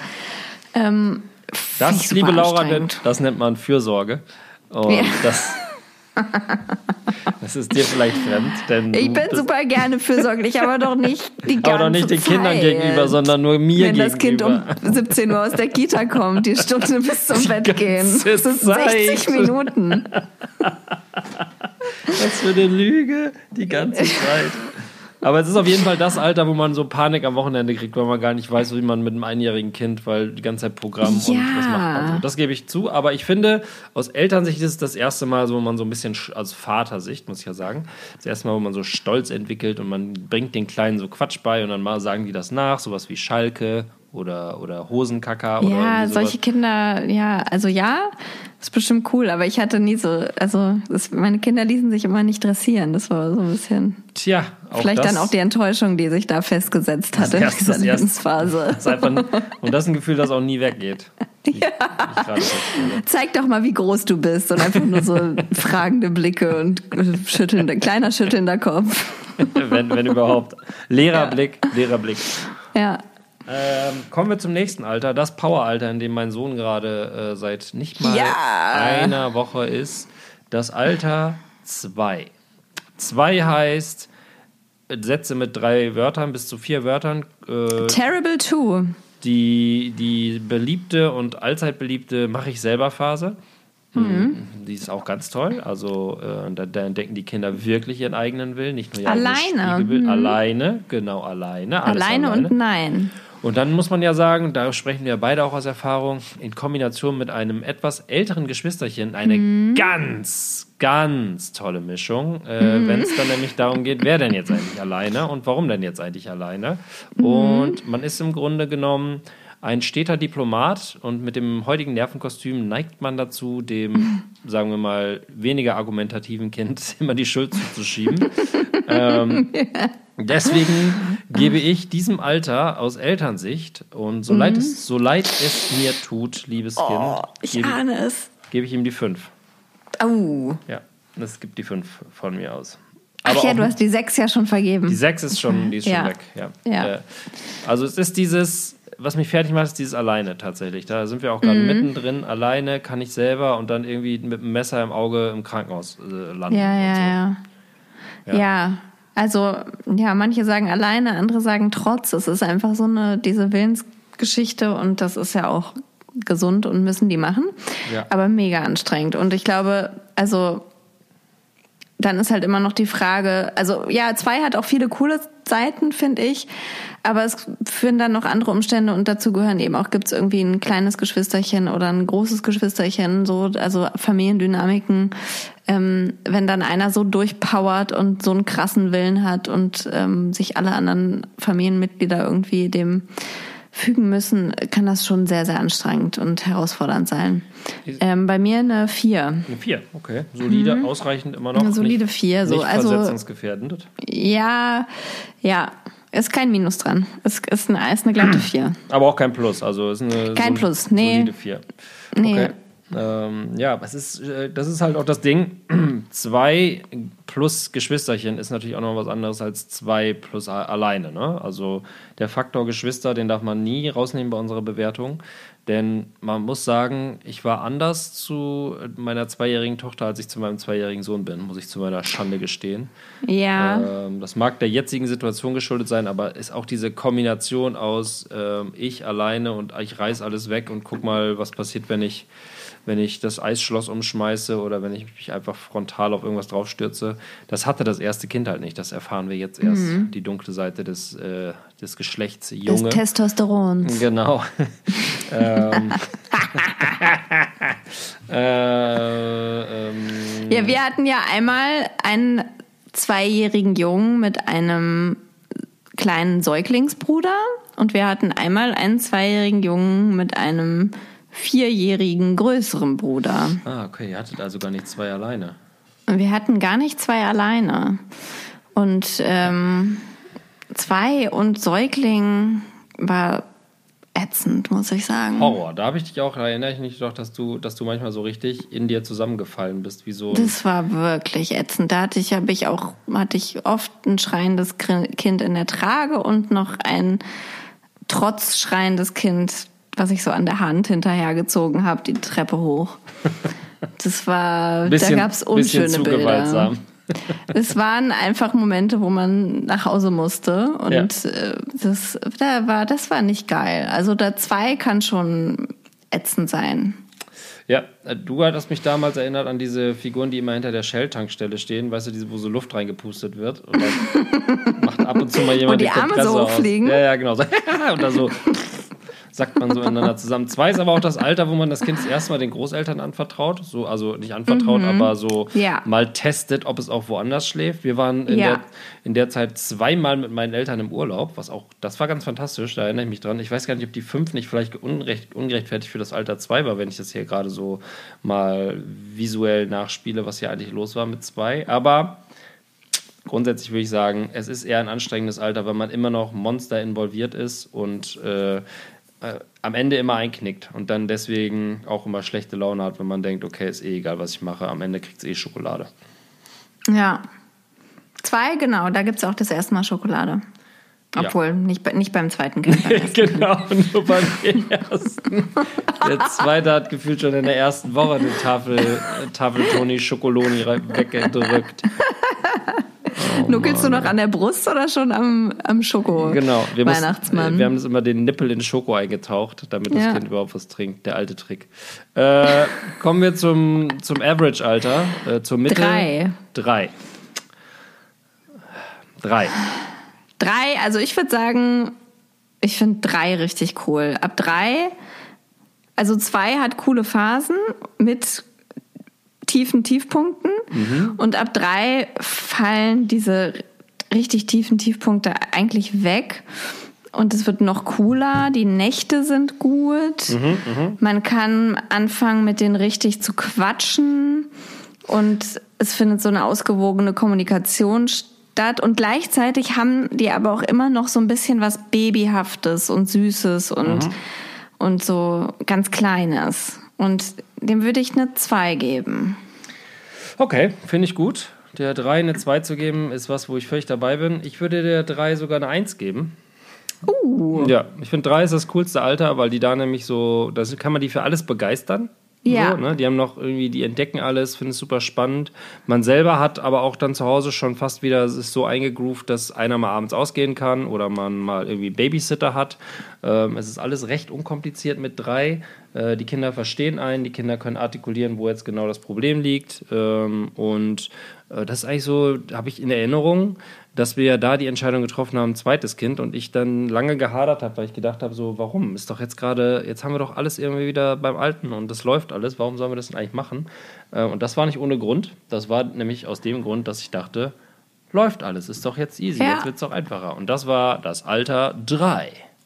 B: Das, liebe Laura, das nennt man Fürsorge. Und das ist dir vielleicht fremd. Denn
A: ich bin super gerne fürsorglich, aber doch nicht die ganze Zeit.
B: Aber doch nicht den Kindern gegenüber, sondern nur mir gegenüber.
A: Wenn das Kind um 17 Uhr aus der Kita kommt, die Stunde bis zum Bett gehen. Das sind 60 Minuten.
B: Was für eine Lüge, die ganze Zeit. Aber es ist auf jeden Fall das Alter, wo man so Panik am Wochenende kriegt, weil man gar nicht weiß, wie man mit einem einjährigen Kind, weil die ganze Zeit Programm und was macht man so. Das gebe ich zu. Aber ich finde, aus Elternsicht ist es das erste Mal, so, wo man so ein bisschen, aus Vatersicht, muss ich ja sagen, das erste Mal, wo man so Stolz entwickelt und man bringt den Kleinen so Quatsch bei und dann mal sagen die das nach, sowas wie Schalke oder Hosenkacker. Oder
A: ja, solche Kinder, ist bestimmt cool, aber ich hatte nie so, meine Kinder ließen sich immer nicht dressieren, das war so ein bisschen, vielleicht dann auch die Enttäuschung, die sich da festgesetzt hat in dieser Lebensphase.
B: Und das ist ein Gefühl, das auch nie weggeht.
A: Zeig doch mal, wie groß du bist und einfach nur so fragende Blicke und kleiner schüttelnder Kopf.
B: wenn überhaupt. Leerer Blick.
A: Ja.
B: Kommen wir zum nächsten Alter, das Poweralter, in dem mein Sohn gerade seit nicht mal einer Woche ist. Das Alter 2. 2 heißt Sätze mit 3 Wörtern, bis zu 4 Wörtern.
A: Terrible 2.
B: Die beliebte und allzeit beliebte Mach-ich-selber-Phase. Die ist auch ganz toll. Also da entdecken die Kinder wirklich ihren eigenen Willen, nicht nur
A: alleine.
B: Alleine, genau, alleine.
A: Alleine und nein.
B: Und dann muss man ja sagen, da sprechen wir beide auch aus Erfahrung, in Kombination mit einem etwas älteren Geschwisterchen eine ganz, ganz tolle Mischung, wenn es dann nämlich darum geht, wer denn jetzt eigentlich alleine und warum denn jetzt eigentlich alleine. Und man ist im Grunde genommen ein steter Diplomat und mit dem heutigen Nervenkostüm neigt man dazu, dem, sagen wir mal, weniger argumentativen Kind immer die Schuld zuzuschieben. Deswegen gebe ich diesem Alter aus Elternsicht und so leid es mir tut, liebes Kind,
A: ich ahne es.
B: Gebe ich ihm die 5.
A: Oh.
B: Ja, es gibt die 5 von mir aus.
A: Aber du hast die 6 ja schon vergeben.
B: Die 6 ist schon, die ist schon weg. Ja. Also es ist dieses, was mich fertig macht, ist dieses Alleine tatsächlich. Da sind wir auch gerade mittendrin. Alleine kann ich selber und dann irgendwie mit einem Messer im Auge im Krankenhaus landen.
A: Ja. Also, manche sagen alleine, andere sagen trotz. Es ist einfach so diese Willensgeschichte und das ist ja auch gesund und müssen die machen. Ja. Aber mega anstrengend. Und ich glaube, dann ist halt immer noch die Frage, 2 hat auch viele coole Seiten, finde ich, aber es führen dann noch andere Umstände und dazu gehören eben auch, gibt es irgendwie ein kleines Geschwisterchen oder ein großes Geschwisterchen, also Familiendynamiken, wenn dann einer so durchpowert und so einen krassen Willen hat und sich alle anderen Familienmitglieder irgendwie dem fügen müssen, kann das schon sehr, sehr anstrengend und herausfordernd sein. Bei mir eine 4.
B: Eine 4, okay. Solide, ausreichend immer noch.
A: Eine solide 4.
B: Nicht versetzungsgefährdend.
A: Ja, ist kein Minus dran. Es ist eine glatte 4.
B: Aber auch kein Plus. Also ist eine
A: kein Plus, nee.
B: Solide 4. Okay. Nee. Das ist halt auch das Ding. 2 plus Geschwisterchen ist natürlich auch noch was anderes als 2 plus alleine. Ne? Also der Faktor Geschwister, den darf man nie rausnehmen bei unserer Bewertung. Denn man muss sagen, ich war anders zu meiner 2-jährigen Tochter, als ich zu meinem 2-jährigen Sohn bin, muss ich zu meiner Schande gestehen.
A: Ja.
B: Das mag der jetzigen Situation geschuldet sein, aber ist auch diese Kombination aus ich alleine und ich reiß alles weg und guck mal, was passiert, wenn ich das Eisschloss umschmeiße oder wenn ich mich einfach frontal auf irgendwas draufstürze. Das hatte das erste Kind halt nicht. Das erfahren wir jetzt erst. Die dunkle Seite des Geschlechts Junge.
A: Des Testosterons.
B: Genau.
A: Ja, wir hatten ja einmal einen 2-jährigen Jungen mit einem kleinen Säuglingsbruder und wir hatten einmal einen 2-jährigen Jungen mit einem 4-jährigen größeren Bruder.
B: Ah, okay, ihr hattet also gar nicht 2 alleine.
A: Wir hatten gar nicht 2 alleine. Und 2 und Säugling war ätzend, muss ich sagen.
B: Horror. Da erinnere ich mich doch, dass du manchmal so richtig in dir zusammengefallen bist, wie so.
A: Das war wirklich ätzend. Da hatte ich oft ein schreiendes Kind in der Trage und noch ein trotz schreiendes Kind, was ich so an der Hand hinterhergezogen habe, die Treppe hoch. Das war, da gab's unschöne Bilder. Es waren einfach Momente, wo man nach Hause musste und das war nicht geil. Also da 2 kann schon ätzend sein.
B: Ja, du hattest mich damals erinnert an diese Figuren, die immer hinter der Shell-Tankstelle stehen, weißt du, wo so Luft reingepustet wird und dann macht ab und zu mal jemand
A: die Arme so hochfliegen.
B: Ja, genau. Und da so sackt man so ineinander zusammen. 2 ist aber auch das Alter, wo man das Kind das erste Mal den Großeltern anvertraut. So, also nicht anvertraut, aber so mal testet, ob es auch woanders schläft. Wir waren in der Zeit 2-mal mit meinen Eltern im Urlaub, das war ganz fantastisch, da erinnere ich mich dran. Ich weiß gar nicht, ob die 5 nicht vielleicht ungerechtfertigt für das Alter 2 war, wenn ich das hier gerade so mal visuell nachspiele, was hier eigentlich los war mit 2. Aber grundsätzlich würde ich sagen, es ist eher ein anstrengendes Alter, weil man immer noch Monster involviert ist und am Ende immer einknickt und dann deswegen auch immer schlechte Laune hat, wenn man denkt, okay, ist egal, was ich mache, am Ende kriegt es Schokolade.
A: Ja. 2, genau, da gibt es auch das erste Mal Schokolade. Obwohl, nicht beim zweiten Kind.
B: Genau, nur beim ersten. Der zweite hat gefühlt schon in der ersten Woche eine Tafel Toni Schokoloni weggedrückt.
A: Nuckelst du noch an der Brust oder schon am Schoko?
B: Genau,
A: Weihnachtsmann?
B: Wir haben das immer den Nippel in Schoko eingetaucht, damit das Kind überhaupt was trinkt. Der alte Trick. Kommen wir zum Average-Alter, zur Mitte. 3. 3,
A: also ich würde sagen, ich finde 3 richtig cool. Ab 3, also 2 hat coole Phasen mit tiefen Tiefpunkten und ab 3 fallen diese richtig tiefen Tiefpunkte eigentlich weg und es wird noch cooler, die Nächte sind gut, man kann anfangen mit denen richtig zu quatschen und es findet so eine ausgewogene Kommunikation statt und gleichzeitig haben die aber auch immer noch so ein bisschen was Babyhaftes und Süßes und so ganz Kleines. Und dem würde ich eine 2 geben.
B: Okay, finde ich gut. Der 3 eine 2 zu geben, ist was, wo ich völlig dabei bin. Ich würde der 3 sogar eine 1 geben. Ja, ich finde 3 ist das coolste Alter, weil die da nämlich so, da kann man die für alles begeistern.
A: Ja.
B: So, ne? Die haben noch irgendwie, die entdecken alles, finden es super spannend. Man selber hat aber auch dann zu Hause schon fast wieder, es ist so eingegroovt, dass einer mal abends ausgehen kann oder man mal irgendwie Babysitter hat. Es ist alles recht unkompliziert mit 3. Die Kinder verstehen einen, die Kinder können artikulieren, wo jetzt genau das Problem liegt. Und das ist eigentlich so, habe ich in Erinnerung, dass wir ja da die Entscheidung getroffen haben, zweites Kind und ich dann lange gehadert habe, weil ich gedacht habe, so, warum? Ist doch jetzt haben wir doch alles irgendwie wieder beim Alten und das läuft alles, warum sollen wir das denn eigentlich machen? Und das war nicht ohne Grund, das war nämlich aus dem Grund, dass ich dachte, läuft alles, ist doch jetzt easy, jetzt wird es doch einfacher. Und das war das Alter 3.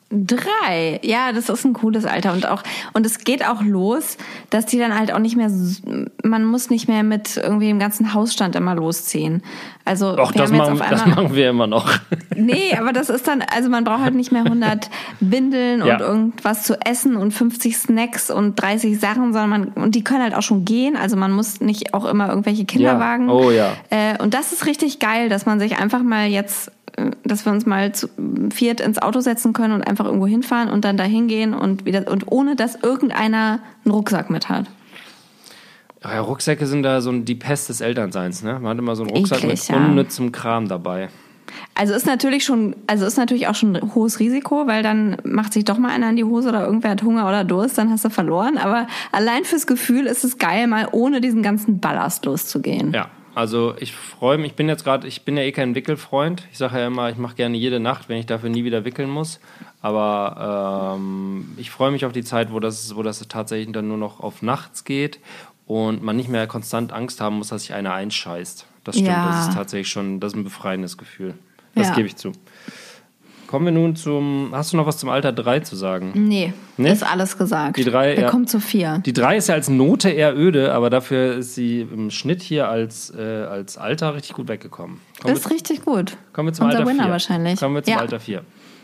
A: 3. Ja, das ist ein cooles Alter. Und es geht auch los, dass die dann halt auch nicht mehr, man muss nicht mehr mit irgendwie dem ganzen Hausstand immer losziehen. Also,
B: Doch, das machen wir immer noch.
A: Nee, aber das ist dann, also man braucht halt nicht mehr 100 Windeln und irgendwas zu essen und 50 Snacks und 30 Sachen, sondern und die können halt auch schon gehen. Also man muss nicht auch immer irgendwelche Kinderwagen.
B: Ja. Oh ja.
A: Und das ist richtig geil, dass man sich einfach mal jetzt, dass wir uns mal zu 4 ins Auto setzen können und einfach irgendwo hinfahren und dann da hingehen und ohne dass irgendeiner einen Rucksack mit hat.
B: Ja, Rucksäcke sind da so die Pest des Elternseins, ne? Man hat immer so einen Rucksack
A: Eklig,
B: mit unnützem Kram dabei.
A: Also ist natürlich auch schon ein hohes Risiko, weil dann macht sich doch mal einer in die Hose oder irgendwer hat Hunger oder Durst, dann hast du verloren. Aber allein fürs Gefühl ist es geil, mal ohne diesen ganzen Ballast loszugehen.
B: Ja. Also ich freue mich, ich bin ja eh kein Wickelfreund. Ich sage ja immer, ich mache gerne jede Nacht, wenn ich dafür nie wieder wickeln muss. Aber ich freue mich auf die Zeit, wo das tatsächlich dann nur noch auf nachts geht und man nicht mehr konstant Angst haben muss, dass sich einer einscheißt. Das stimmt, das ist tatsächlich schon, das ist ein befreiendes Gefühl. Das gebe ich zu. Kommen wir nun hast du noch was zum Alter 3 zu sagen?
A: Nee? Ist alles gesagt.
B: Die 3,
A: wir kommen zur 4.
B: Die 3 ist ja als Note eher öde, aber dafür ist sie im Schnitt hier als Alter richtig gut weggekommen.
A: Richtig gut.
B: Kommen wir zum Alter 4.
A: Unser Winner wahrscheinlich.
B: Kommen wir zum Alter 4.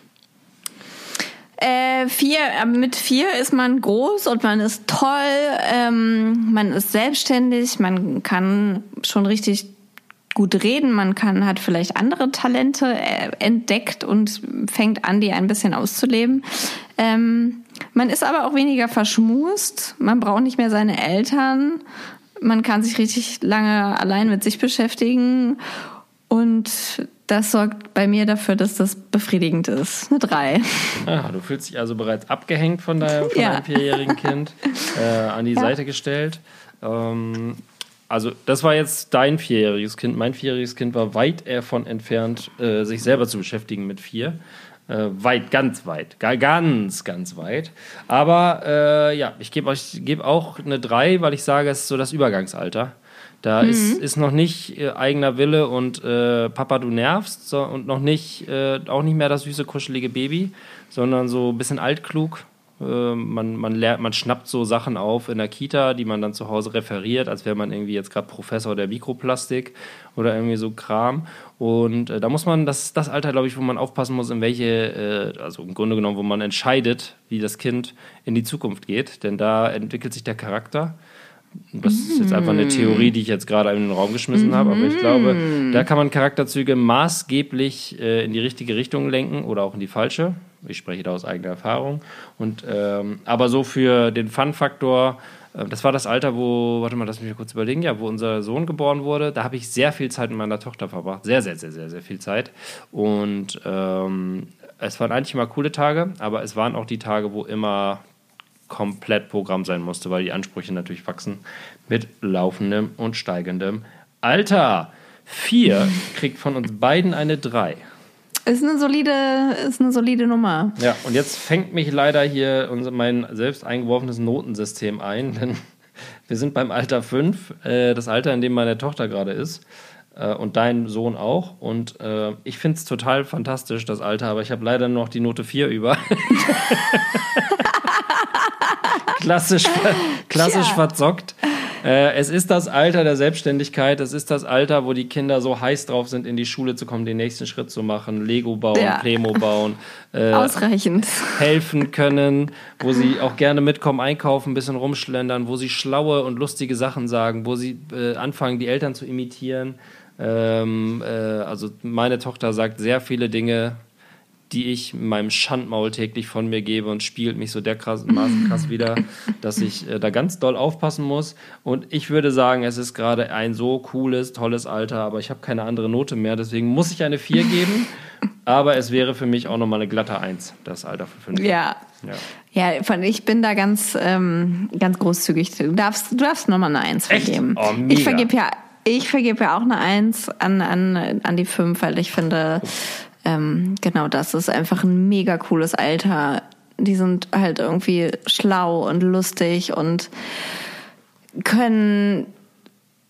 A: 4, mit 4 ist man groß und man ist toll, man ist selbstständig, man kann schon richtig gut reden, hat vielleicht andere Talente entdeckt und fängt an, die ein bisschen auszuleben. Man ist aber auch weniger verschmust, man braucht nicht mehr seine Eltern, man kann sich richtig lange allein mit sich beschäftigen und das sorgt bei mir dafür, dass das befriedigend ist. Eine 3.
B: Ah, du fühlst dich also bereits abgehängt von deinem 4-jährigen Kind, an die Seite gestellt. Also das war jetzt dein 4-jähriges Kind. Mein 4-jähriges Kind war weit davon entfernt, sich selber zu beschäftigen mit 4. Ganz weit. Ganz weit. Aber ich gebe auch eine 3, weil ich sage, es ist so das Übergangsalter. Da ist noch nicht eigener Wille und Papa, du nervst und noch nicht, auch nicht mehr das süße, kuschelige Baby, sondern so ein bisschen altklug. Man schnappt so Sachen auf in der Kita, die man dann zu Hause referiert, als wäre man irgendwie jetzt gerade Professor der Mikroplastik oder irgendwie so Kram. Und da muss man, das ist das Alter, glaube ich, wo man aufpassen muss, also im Grunde genommen, wo man entscheidet, wie das Kind in die Zukunft geht. Denn da entwickelt sich der Charakter. Das ist jetzt einfach eine Theorie, die ich jetzt gerade in den Raum geschmissen habe, aber ich glaube, da kann man Charakterzüge maßgeblich in die richtige Richtung lenken oder auch in die falsche. Ich spreche da aus eigener Erfahrung. Aber so für den Fun-Faktor, das war das Alter, lass mich mal kurz überlegen, wo unser Sohn geboren wurde. Da habe ich sehr viel Zeit mit meiner Tochter verbracht. Sehr, sehr, sehr, sehr, sehr viel Zeit. Und es waren eigentlich immer coole Tage, aber es waren auch die Tage, wo immer komplett Programm sein musste, weil die Ansprüche natürlich wachsen mit laufendem und steigendem Alter. 4 kriegt von uns beiden eine 3.
A: Ist eine solide Nummer.
B: Ja, und jetzt fängt mich leider hier mein selbst eingeworfenes Notensystem ein, denn wir sind beim Alter 5, das Alter, in dem meine Tochter gerade ist. Und dein Sohn auch. Und ich finde es total fantastisch, das Alter, aber ich habe leider nur noch die Note 4 über. Klassisch verzockt. Es ist das Alter der Selbstständigkeit, es ist das Alter, wo die Kinder so heiß drauf sind, in die Schule zu kommen, den nächsten Schritt zu machen, Lego bauen, Plemo bauen.
A: Ausreichend.
B: Helfen können, wo sie auch gerne mitkommen, einkaufen, ein bisschen rumschlendern, wo sie schlaue und lustige Sachen sagen, wo sie anfangen, die Eltern zu imitieren. Also meine Tochter sagt sehr viele Dinge, die ich in meinem Schandmaul täglich von mir gebe und spielt mich so dermaßen krass wieder, dass ich da ganz doll aufpassen muss. Und ich würde sagen, es ist gerade ein so cooles, tolles Alter, aber ich habe keine andere Note mehr, deswegen muss ich eine 4 geben. Aber es wäre für mich auch nochmal eine glatte 1, das Alter für 5.
A: Ja, ich bin da ganz großzügig. Du darfst nochmal eine 1 vergeben.
B: Oh, mega.
A: Ich vergebe ja auch eine 1 an die 5, weil ich finde, genau das ist einfach ein mega cooles Alter. Die sind halt irgendwie schlau und lustig und können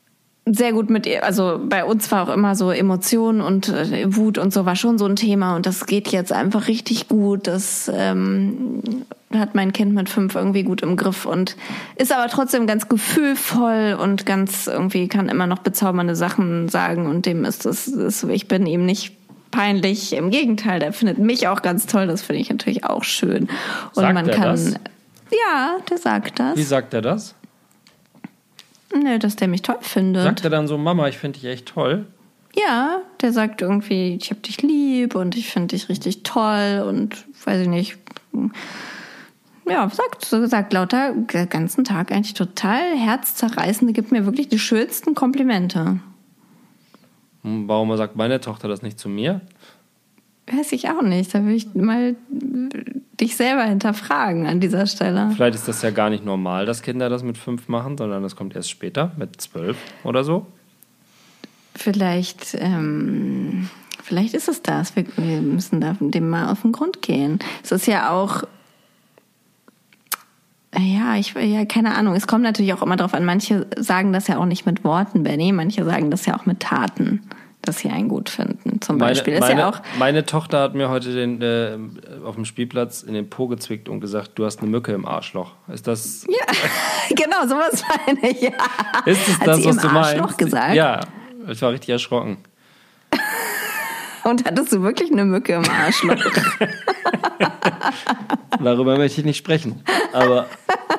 A: sehr gut mit ihr, also bei uns war auch immer so Emotionen und Wut und so war schon so ein Thema und das geht jetzt einfach richtig gut. Das hat mein Kind mit 5 irgendwie gut im Griff und ist aber trotzdem ganz gefühlvoll und ganz irgendwie kann immer noch bezaubernde Sachen sagen und dem ich bin ihm nicht peinlich. Im Gegenteil, der findet mich auch ganz toll. Das finde ich natürlich auch schön. Und
B: sagt
A: man
B: er
A: kann,
B: das?
A: Ja, der sagt das.
B: Wie sagt er das?
A: Ne, dass der mich toll findet.
B: Sagt er dann so, Mama, ich finde dich echt toll?
A: Ja, der sagt irgendwie, ich hab dich lieb und ich finde dich richtig toll und weiß ich nicht. Ja, sagt lauter den ganzen Tag eigentlich total herzzerreißende, gibt mir wirklich die schönsten Komplimente.
B: Warum sagt meine Tochter das nicht zu mir?
A: Weiß ich auch nicht. Da will ich mal dich selber hinterfragen an dieser Stelle.
B: Vielleicht ist das ja gar nicht normal, dass Kinder das mit 5 machen, sondern das kommt erst später, mit 12 oder so.
A: Vielleicht ist es das. Wir müssen dem mal auf den Grund gehen. Es ist ja auch, keine Ahnung. Es kommt natürlich auch immer drauf an. Manche sagen das ja auch nicht mit Worten, Benny. Manche sagen das ja auch mit Taten, dass sie einen gut finden. Zum Beispiel.
B: Meine Tochter hat mir heute auf dem Spielplatz in den Po gezwickt und gesagt, du hast eine Mücke im Arschloch. Ist das...
A: Ja, genau, sowas meine ich. Ja.
B: Ist es
A: hat
B: das,
A: sie
B: was
A: im
B: du meinst?
A: Arschloch gesagt?
B: Ja, ich war richtig erschrocken.
A: Und hattest du wirklich eine Mücke im Arschloch?
B: Darüber möchte ich nicht sprechen. Aber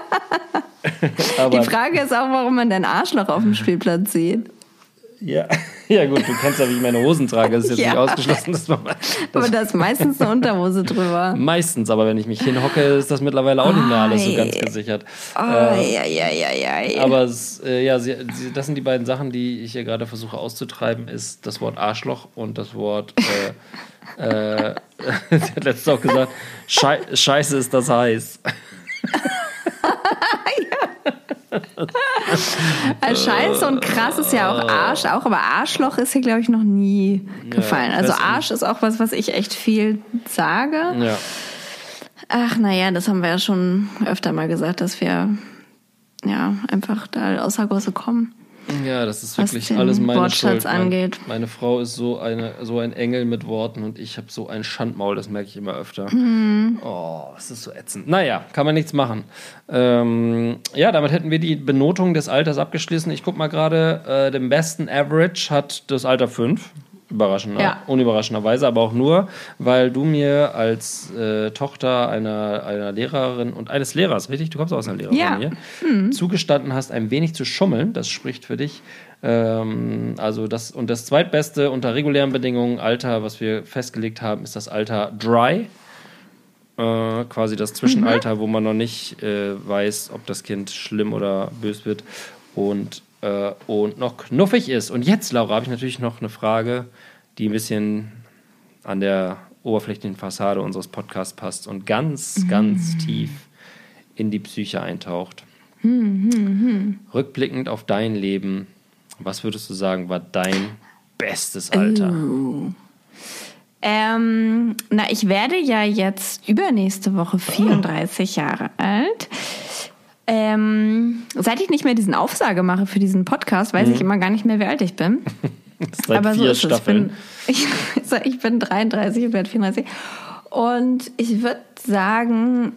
A: die Frage ist auch, warum man dein Arschloch auf dem Spielplatz sieht.
B: Ja, gut, du kennst ja, wie ich meine Hosen trage. Das ist jetzt nicht ausgeschlossen, dass man...
A: Aber da ist meistens eine Unterhose drüber.
B: Meistens, aber wenn ich mich hinhocke, ist das mittlerweile auch nicht mehr alles so ganz gesichert. Aber das sind die beiden Sachen, die ich hier gerade versuche auszutreiben, ist das Wort Arschloch und das Wort... sie hat letztens auch gesagt, Scheiße ist das heiß.
A: Scheiße und krass ist ja auch Arsch, aber Arschloch ist hier, glaube ich, noch nie gefallen. Also Arsch ist auch was ich echt viel sage.
B: Ja.
A: Ach, naja, das haben wir ja schon öfter mal gesagt, dass wir einfach da außer Gosse kommen.
B: Ja, das ist wirklich alles meine
A: Wortschatz
B: Schuld.
A: angeht.
B: Meine Frau ist so ein Engel mit Worten und ich habe so ein Schandmaul, das merke ich immer öfter. Oh, es ist so ätzend. Naja, kann man nichts machen. Damit hätten wir die Benotung des Alters abgeschlossen. Ich gucke mal gerade, den besten Average hat das Alter 5. Unüberraschenderweise, aber auch nur, weil du mir als Tochter einer Lehrerin und eines Lehrers, richtig? Du kommst aus einer Lehrerfamilie, zugestanden hast, ein wenig zu schummeln. Das spricht für dich. Das zweitbeste unter regulären Bedingungen Alter, was wir festgelegt haben, ist das Alter Dry. Quasi das Zwischenalter, wo man noch nicht weiß, ob das Kind schlimm oder bös wird und noch knuffig ist. Und jetzt, Laura, habe ich natürlich noch eine Frage, die ein bisschen an der oberflächlichen Fassade unseres Podcasts passt und ganz, ganz tief in die Psyche eintaucht. Rückblickend auf dein Leben, was würdest du sagen, war dein bestes Alter?
A: Ich werde ja jetzt übernächste Woche 34 Jahre alt. Seit ich nicht mehr diesen Aufsage mache für diesen Podcast, weiß ich immer gar nicht mehr, wie alt ich bin.
B: Seit
A: Aber
B: 4 Staffeln.
A: Ich bin 33 und werde 34. Und ich würde sagen,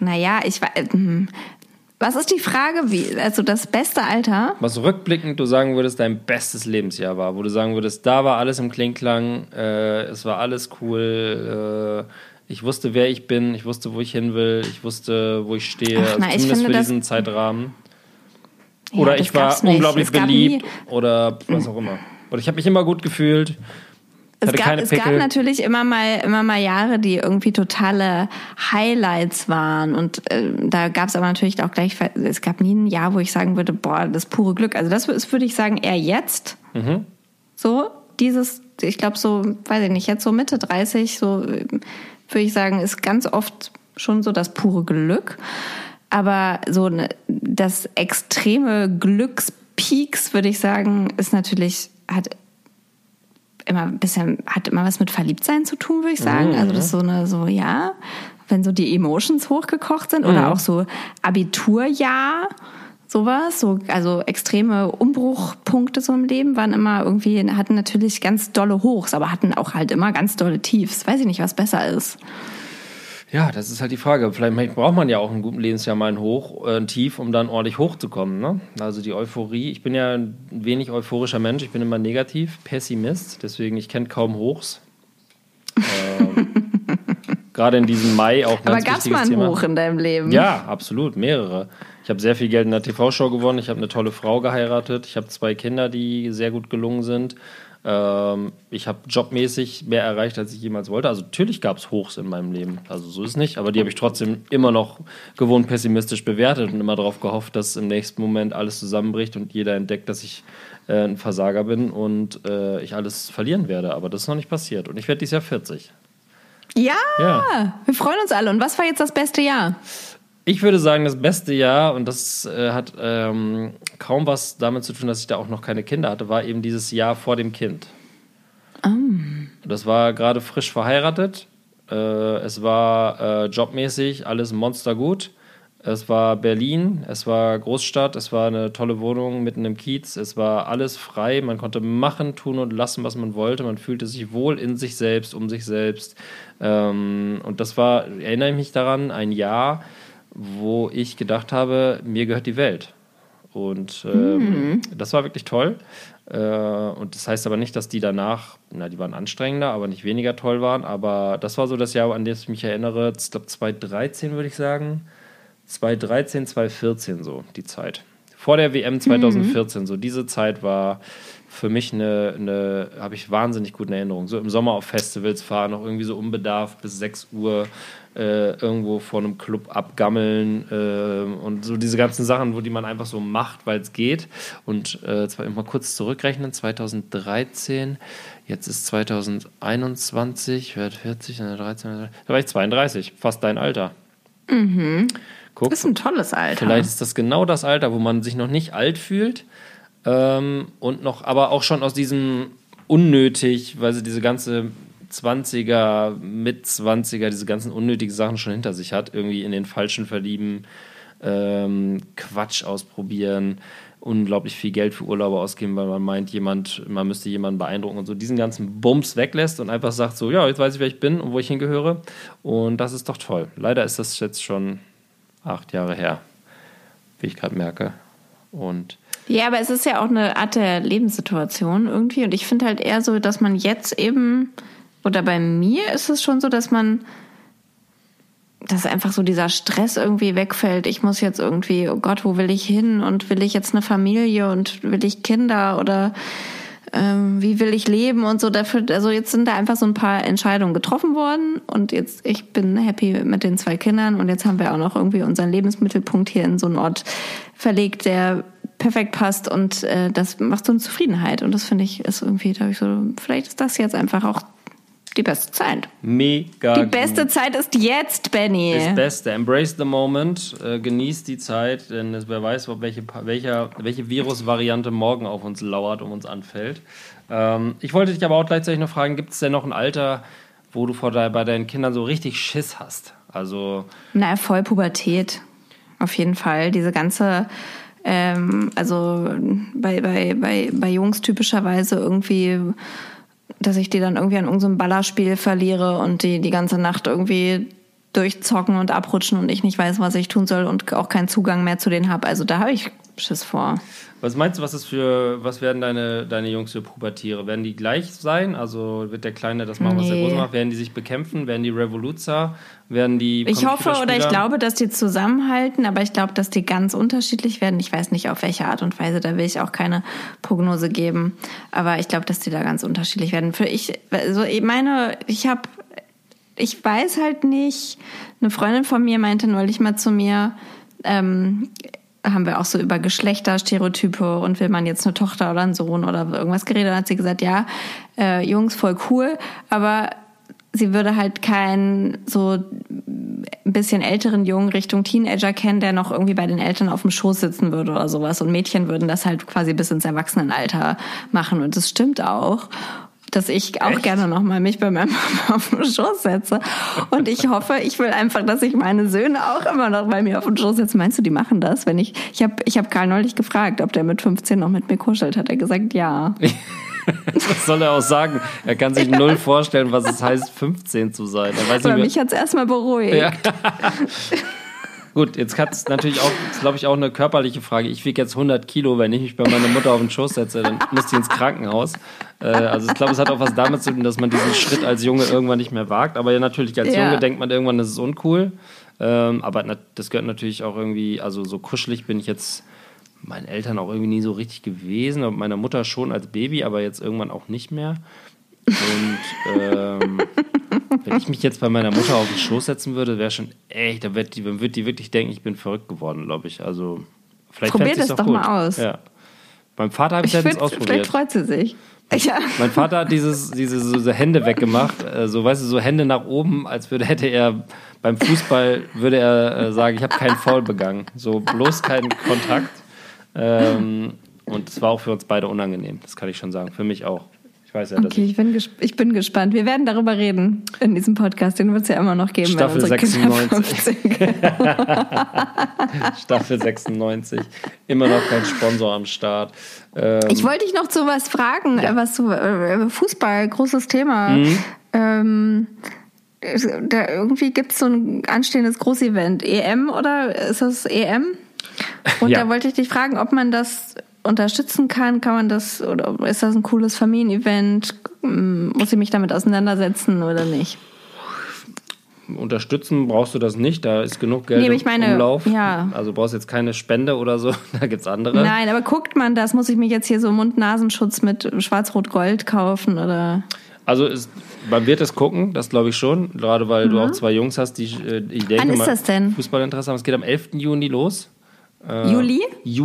A: was ist die Frage? Also das beste Alter?
B: Was rückblickend du sagen würdest, dein bestes Lebensjahr war, wo du sagen würdest, da war alles im Klingklang, es war alles cool, ich wusste, wer ich bin, ich wusste, wo ich hin will, ich wusste, wo ich stehe, zumindest für diesen Zeitrahmen. Oder ich war unglaublich beliebt oder was auch immer. Oder ich habe mich immer gut gefühlt. Es gab
A: natürlich immer mal Jahre, die irgendwie totale Highlights waren. Und da gab es aber natürlich auch gleich, es gab nie ein Jahr, wo ich sagen würde, boah, das pure Glück. Also das ist, würde ich sagen, eher jetzt. So, ich glaube so, weiß ich nicht, jetzt so Mitte 30, so würde ich sagen, ist ganz oft schon so das pure Glück. Aber so das extreme Glückspeaks, würde ich sagen, ist natürlich, hat immer was mit Verliebtsein zu tun, würde ich sagen. Also das ist wenn so die Emotions hochgekocht sind oder auch so Abiturjahr, sowas, also extreme Umbruchpunkte so im Leben hatten natürlich ganz dolle Hochs, aber hatten auch halt immer ganz dolle Tiefs. Weiß ich nicht, was besser ist.
B: Ja, das ist halt die Frage. Vielleicht braucht man ja auch in guten Lebensjahr mal ein Tief, um dann ordentlich hochzukommen. Ne? Also die Euphorie. Ich bin ja ein wenig euphorischer Mensch. Ich bin immer negativ, Pessimist. Deswegen, ich kenne kaum Hochs. Gerade in diesem Mai auch ein ganz wichtiges Thema.
A: Aber gab es mal ein Hoch in deinem Leben?
B: Ja, absolut. Mehrere. Ich habe sehr viel Geld in der TV-Show gewonnen. Ich habe eine tolle Frau geheiratet. Ich habe 2 Kinder, die sehr gut gelungen sind. Ich habe jobmäßig mehr erreicht, als ich jemals wollte. Also natürlich gab es Hochs in meinem Leben. Also so ist es nicht. Aber die habe ich trotzdem immer noch gewohnt pessimistisch bewertet und immer darauf gehofft, dass im nächsten Moment alles zusammenbricht und jeder entdeckt, dass ich ein Versager bin und ich alles verlieren werde. Aber das ist noch nicht passiert. Und ich werde dieses Jahr 40.
A: Ja, wir freuen uns alle. Und was war jetzt das beste Jahr?
B: Ich würde sagen, das beste Jahr, und das hat kaum was damit zu tun, dass ich da auch noch keine Kinder hatte, war eben dieses Jahr vor dem Kind. Das war gerade frisch verheiratet. Es war jobmäßig alles monstergut. Es war Berlin, es war Großstadt, es war eine tolle Wohnung mitten im Kiez. Es war alles frei, man konnte machen, tun und lassen, was man wollte. Man fühlte sich wohl in sich selbst, um sich selbst. Und das war, erinnere ich mich daran, ein Jahr, wo ich gedacht habe, mir gehört die Welt. Und das war wirklich toll. Und das heißt aber nicht, dass die danach, die waren anstrengender, aber nicht weniger toll waren. Aber das war so das Jahr, an das ich mich erinnere. Ich glaube 2013 würde ich sagen. 2013, 2014 so, die Zeit. Vor der WM 2014, so diese Zeit war für mich habe ich wahnsinnig gute Erinnerungen. So im Sommer auf Festivals fahren, noch irgendwie so unbedarft bis 6 Uhr irgendwo vor einem Club abgammeln und so diese ganzen Sachen, die man einfach so macht, weil es geht. Und zwar mal kurz zurückrechnen, 2013, jetzt ist 2021, ich werde 40, 13, da war ich 32, fast dein Alter. Guck,
A: das ist ein tolles Alter.
B: Vielleicht ist das genau das Alter, wo man sich noch nicht alt fühlt und noch, aber auch schon aus diesem unnötig, weil sie diese ganze 20er, mit 20er, diese ganzen unnötigen Sachen schon hinter sich hat, irgendwie in den Falschen verlieben, Quatsch ausprobieren, unglaublich viel Geld für Urlaube ausgeben, weil man meint, man müsste jemanden beeindrucken und so diesen ganzen Bums weglässt und einfach sagt so, ja, jetzt weiß ich, wer ich bin und wo ich hingehöre und das ist doch toll. Leider ist das jetzt schon 8 Jahre her, wie ich gerade merke. Und
A: ja, aber es ist ja auch eine Art der Lebenssituation irgendwie und ich finde halt eher so, dass man jetzt eben, oder bei mir ist es schon so, dass einfach so dieser Stress irgendwie wegfällt. Ich muss jetzt irgendwie, oh Gott, wo will ich hin und will ich jetzt eine Familie und will ich Kinder oder wie will ich leben und so. Dafür, also jetzt sind da einfach so ein paar Entscheidungen getroffen worden und jetzt, ich bin happy mit den 2 Kindern und jetzt haben wir auch noch irgendwie unseren Lebensmittelpunkt hier in so einen Ort verlegt, der perfekt passt und das macht so eine Zufriedenheit und das finde ich ist irgendwie, da habe ich so, vielleicht ist das jetzt einfach auch die beste Zeit.
B: Mega
A: Die beste Zeit ist jetzt, Benny.
B: Das Beste. Embrace the moment. Genießt die Zeit, denn wer weiß, welche Virusvariante morgen auf uns lauert, uns anfällt. Ich wollte dich aber auch gleichzeitig noch fragen, gibt es denn noch ein Alter, wo du bei deinen Kindern so richtig Schiss hast? Also
A: voll Pubertät. Auf jeden Fall. Diese ganze also bei Jungs typischerweise irgendwie, dass ich die dann irgendwie an irgendeinem Ballerspiel verliere und die ganze Nacht irgendwie durchzocken und abrutschen und ich nicht weiß, was ich tun soll und auch keinen Zugang mehr zu denen habe. Also da habe ich Schiss vor.
B: Was meinst du, was werden deine Jungs für Pubertiere? Werden die gleich sein? Also wird der Kleine das machen, was der Große macht? Werden die sich bekämpfen? Werden die Revoluzer?
A: Ich hoffe oder ich glaube, dass die zusammenhalten, aber ich glaube, dass die ganz unterschiedlich werden. Ich weiß nicht, auf welche Art und Weise, da will ich auch keine Prognose geben. Aber ich glaube, dass die da ganz unterschiedlich werden. Ich weiß halt nicht, eine Freundin von mir meinte neulich mal zu mir, haben wir auch so über Geschlechterstereotype und will man jetzt eine Tochter oder einen Sohn oder irgendwas geredet, dann hat sie gesagt, ja, Jungs, voll cool, aber sie würde halt keinen so ein bisschen älteren Jungen Richtung Teenager kennen, der noch irgendwie bei den Eltern auf dem Schoß sitzen würde oder sowas und Mädchen würden das halt quasi bis ins Erwachsenenalter machen und das stimmt auch. dass ich auch gerne nochmal mich bei meinem Papa auf den Schoß setze. Und ich hoffe, ich will einfach, dass sich meine Söhne auch immer noch bei mir auf den Schoß setzen. Meinst du, die machen das? Wenn ich hab Karl neulich gefragt, ob der mit 15 noch mit mir kuschelt. Hat er gesagt, ja.
B: Was soll er auch sagen? Er kann sich null vorstellen, was es heißt, 15 zu sein. Er weiß
A: Aber
B: nicht,
A: mich hat's erstmal beruhigt.
B: Ja. Gut, jetzt hat es natürlich auch, glaube ich, auch eine körperliche Frage. Ich wiege jetzt 100 Kilo, wenn ich mich bei meiner Mutter auf den Schoß setze, dann muss die ins Krankenhaus. Also ich glaube, es hat auch was damit zu tun, dass man diesen Schritt als Junge irgendwann nicht mehr wagt. Aber ja, natürlich als Junge denkt man irgendwann, das ist uncool. Aber das gehört natürlich auch irgendwie, also so kuschelig bin ich jetzt meinen Eltern auch irgendwie nie so richtig gewesen. Und meiner Mutter schon als Baby, aber jetzt irgendwann auch nicht mehr. Und wenn ich mich jetzt bei meiner Mutter auf den Schoß setzen würde, wäre schon echt, dann wird die wirklich denken, ich bin verrückt geworden, glaube ich. Also vielleicht
A: probier das doch mal aus.
B: Ja. Beim Vater habe ich das jetzt ausprobiert.
A: Vielleicht freut sie sich. Ja.
B: Mein Vater hat diese so Hände weggemacht, so weißt du, so Hände nach oben, als hätte er beim Fußball sagen, ich habe keinen Foul begangen, so bloß keinen Kontakt. Und es war auch für uns beide unangenehm, das kann ich schon sagen, für mich auch. Ich weiß ja,
A: okay, ich bin gespannt. Wir werden darüber reden in diesem Podcast. Den wird es ja immer noch geben.
B: Staffel 96. Staffel 96. Immer noch kein Sponsor am Start.
A: Ich wollte dich noch zu was fragen. Ja. Was zu Fußball, großes Thema. Da irgendwie gibt es so ein anstehendes Großevent. EM oder ist das EM? Und da wollte ich dich fragen, ob man das unterstützen kann man das, oder ist das ein cooles Familienevent? Muss ich mich damit auseinandersetzen oder nicht?
B: Unterstützen brauchst du das nicht, da ist genug Geld im Umlauf. Ja. Also brauchst jetzt keine Spende oder so, da gibt's andere.
A: Nein, aber guckt man das? Muss ich mich jetzt hier so Mund-Nasenschutz mit Schwarz-Rot-Gold kaufen oder?
B: Also man wird es gucken, das glaube ich schon, gerade weil du auch 2 Jungs hast, die ich denke
A: Wann ist das denn?
B: Fußballinteresse haben. Es geht am 11. Juni los.
A: Juli?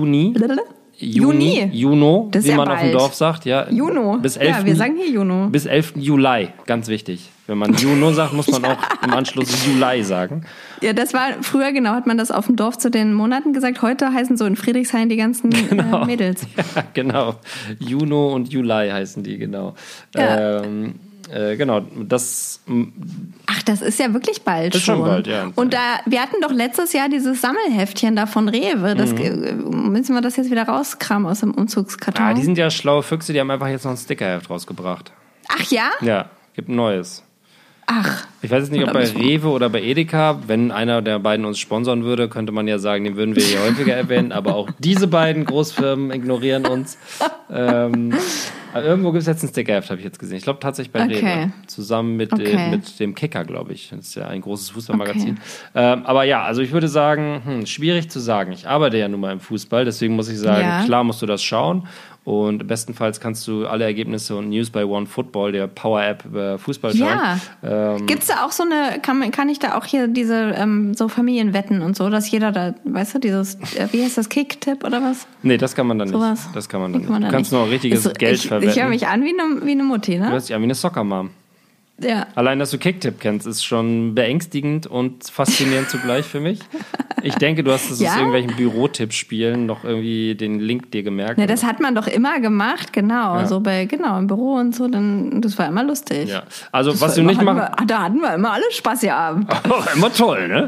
B: Juno,
A: das ist
B: wie man
A: bald.
B: auf dem Dorf sagt. Ja.
A: Juno.
B: Bis 11.
A: Ja, wir sagen hier Juno.
B: Bis 11. Juli, ganz wichtig. Wenn man Juno sagt, muss man auch im Anschluss Juli sagen.
A: Ja, das war früher, genau, hat man das auf dem Dorf zu den Monaten gesagt. Heute heißen so in Friedrichshain die ganzen Mädels.
B: Ja, genau. Juno und Juli heißen die, genau. Ja. Genau, das.
A: Ach, das ist ja wirklich bald schon.
B: Schon bald, ja.
A: Und wir hatten doch letztes Jahr dieses Sammelheftchen da von Rewe. Das müssen wir das jetzt wieder rauskramen aus dem Umzugskarton.
B: Ah, die sind ja schlaue Füchse, die haben einfach jetzt noch ein Stickerheft rausgebracht.
A: Ach ja?
B: Ja, gibt ein neues.
A: Ach.
B: Ich weiß jetzt nicht, ob bei Rewe oder bei Edeka, wenn einer der beiden uns sponsern würde, könnte man ja sagen, den würden wir hier häufiger erwähnen, aber auch diese beiden Großfirmen ignorieren uns. Irgendwo gibt es jetzt ein Stickerheft, habe ich jetzt gesehen. Ich glaube tatsächlich bei Rewe. Zusammen mit dem Kicker, glaube ich. Das ist ja ein großes Fußballmagazin. Aber ja, also ich würde sagen, schwierig zu sagen. Ich arbeite ja nun mal im Fußball, deswegen muss ich sagen, klar musst du das schauen. Und bestenfalls kannst du alle Ergebnisse und News bei OneFootball, der Power-App über Fußball schauen.
A: Ja. Gibt's da auch so eine, kann ich da auch hier diese so Familienwetten und so, dass jeder da, weißt du, dieses, wie heißt das, Kick-Tipp oder was?
B: Nee, das kann man dann nicht. Das kann man dann nicht. Du kannst nur richtiges Geld verwetten.
A: Ich höre mich an wie eine Mutti, ne?
B: Du hörst dich an wie eine Soccer-Mom.
A: Ja.
B: Allein, dass du Kick-Tipp kennst, ist schon beängstigend und faszinierend zugleich für mich. Ich denke, du hast es aus irgendwelchen Bürotippspielen noch irgendwie den Link dir gemerkt.
A: Ne, das hat man doch immer gemacht, genau. Ja. So im Büro und so, das war immer lustig.
B: Ja. Also, das was du nicht machst.
A: Da hatten wir immer alle Spaß, ja.
B: Immer toll, ne?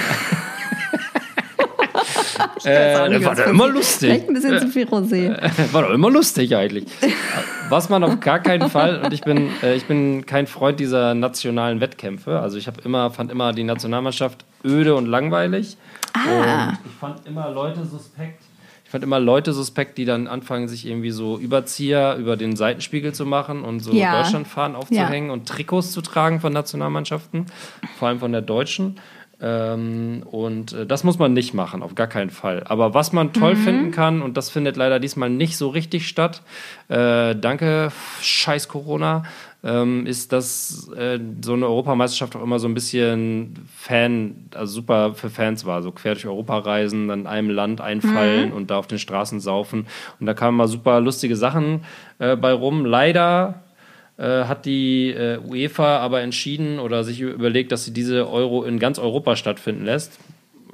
B: Das war doch immer lustig.
A: Vielleicht ein bisschen zu viel Rosé.
B: War doch immer lustig eigentlich. Was man auf gar keinen Fall, und ich bin kein Freund dieser nationalen Wettkämpfe. Also ich fand immer die Nationalmannschaft öde und langweilig. Und ich fand immer Leute suspekt, die dann anfangen, sich irgendwie so Überzieher über den Seitenspiegel zu machen und so Deutschlandfahnen aufzuhängen und Trikots zu tragen von Nationalmannschaften, vor allem von der deutschen. Und das muss man nicht machen, auf gar keinen Fall. Aber was man toll finden kann, und das findet leider diesmal nicht so richtig statt, danke, scheiß Corona, ist, dass so eine Europameisterschaft auch immer so ein bisschen also super für Fans war. So quer durch Europa reisen, dann in einem Land einfallen und da auf den Straßen saufen. Und da kamen mal super lustige Sachen bei rum. Leider hat die UEFA aber entschieden oder sich überlegt, dass sie diese Euro in ganz Europa stattfinden lässt.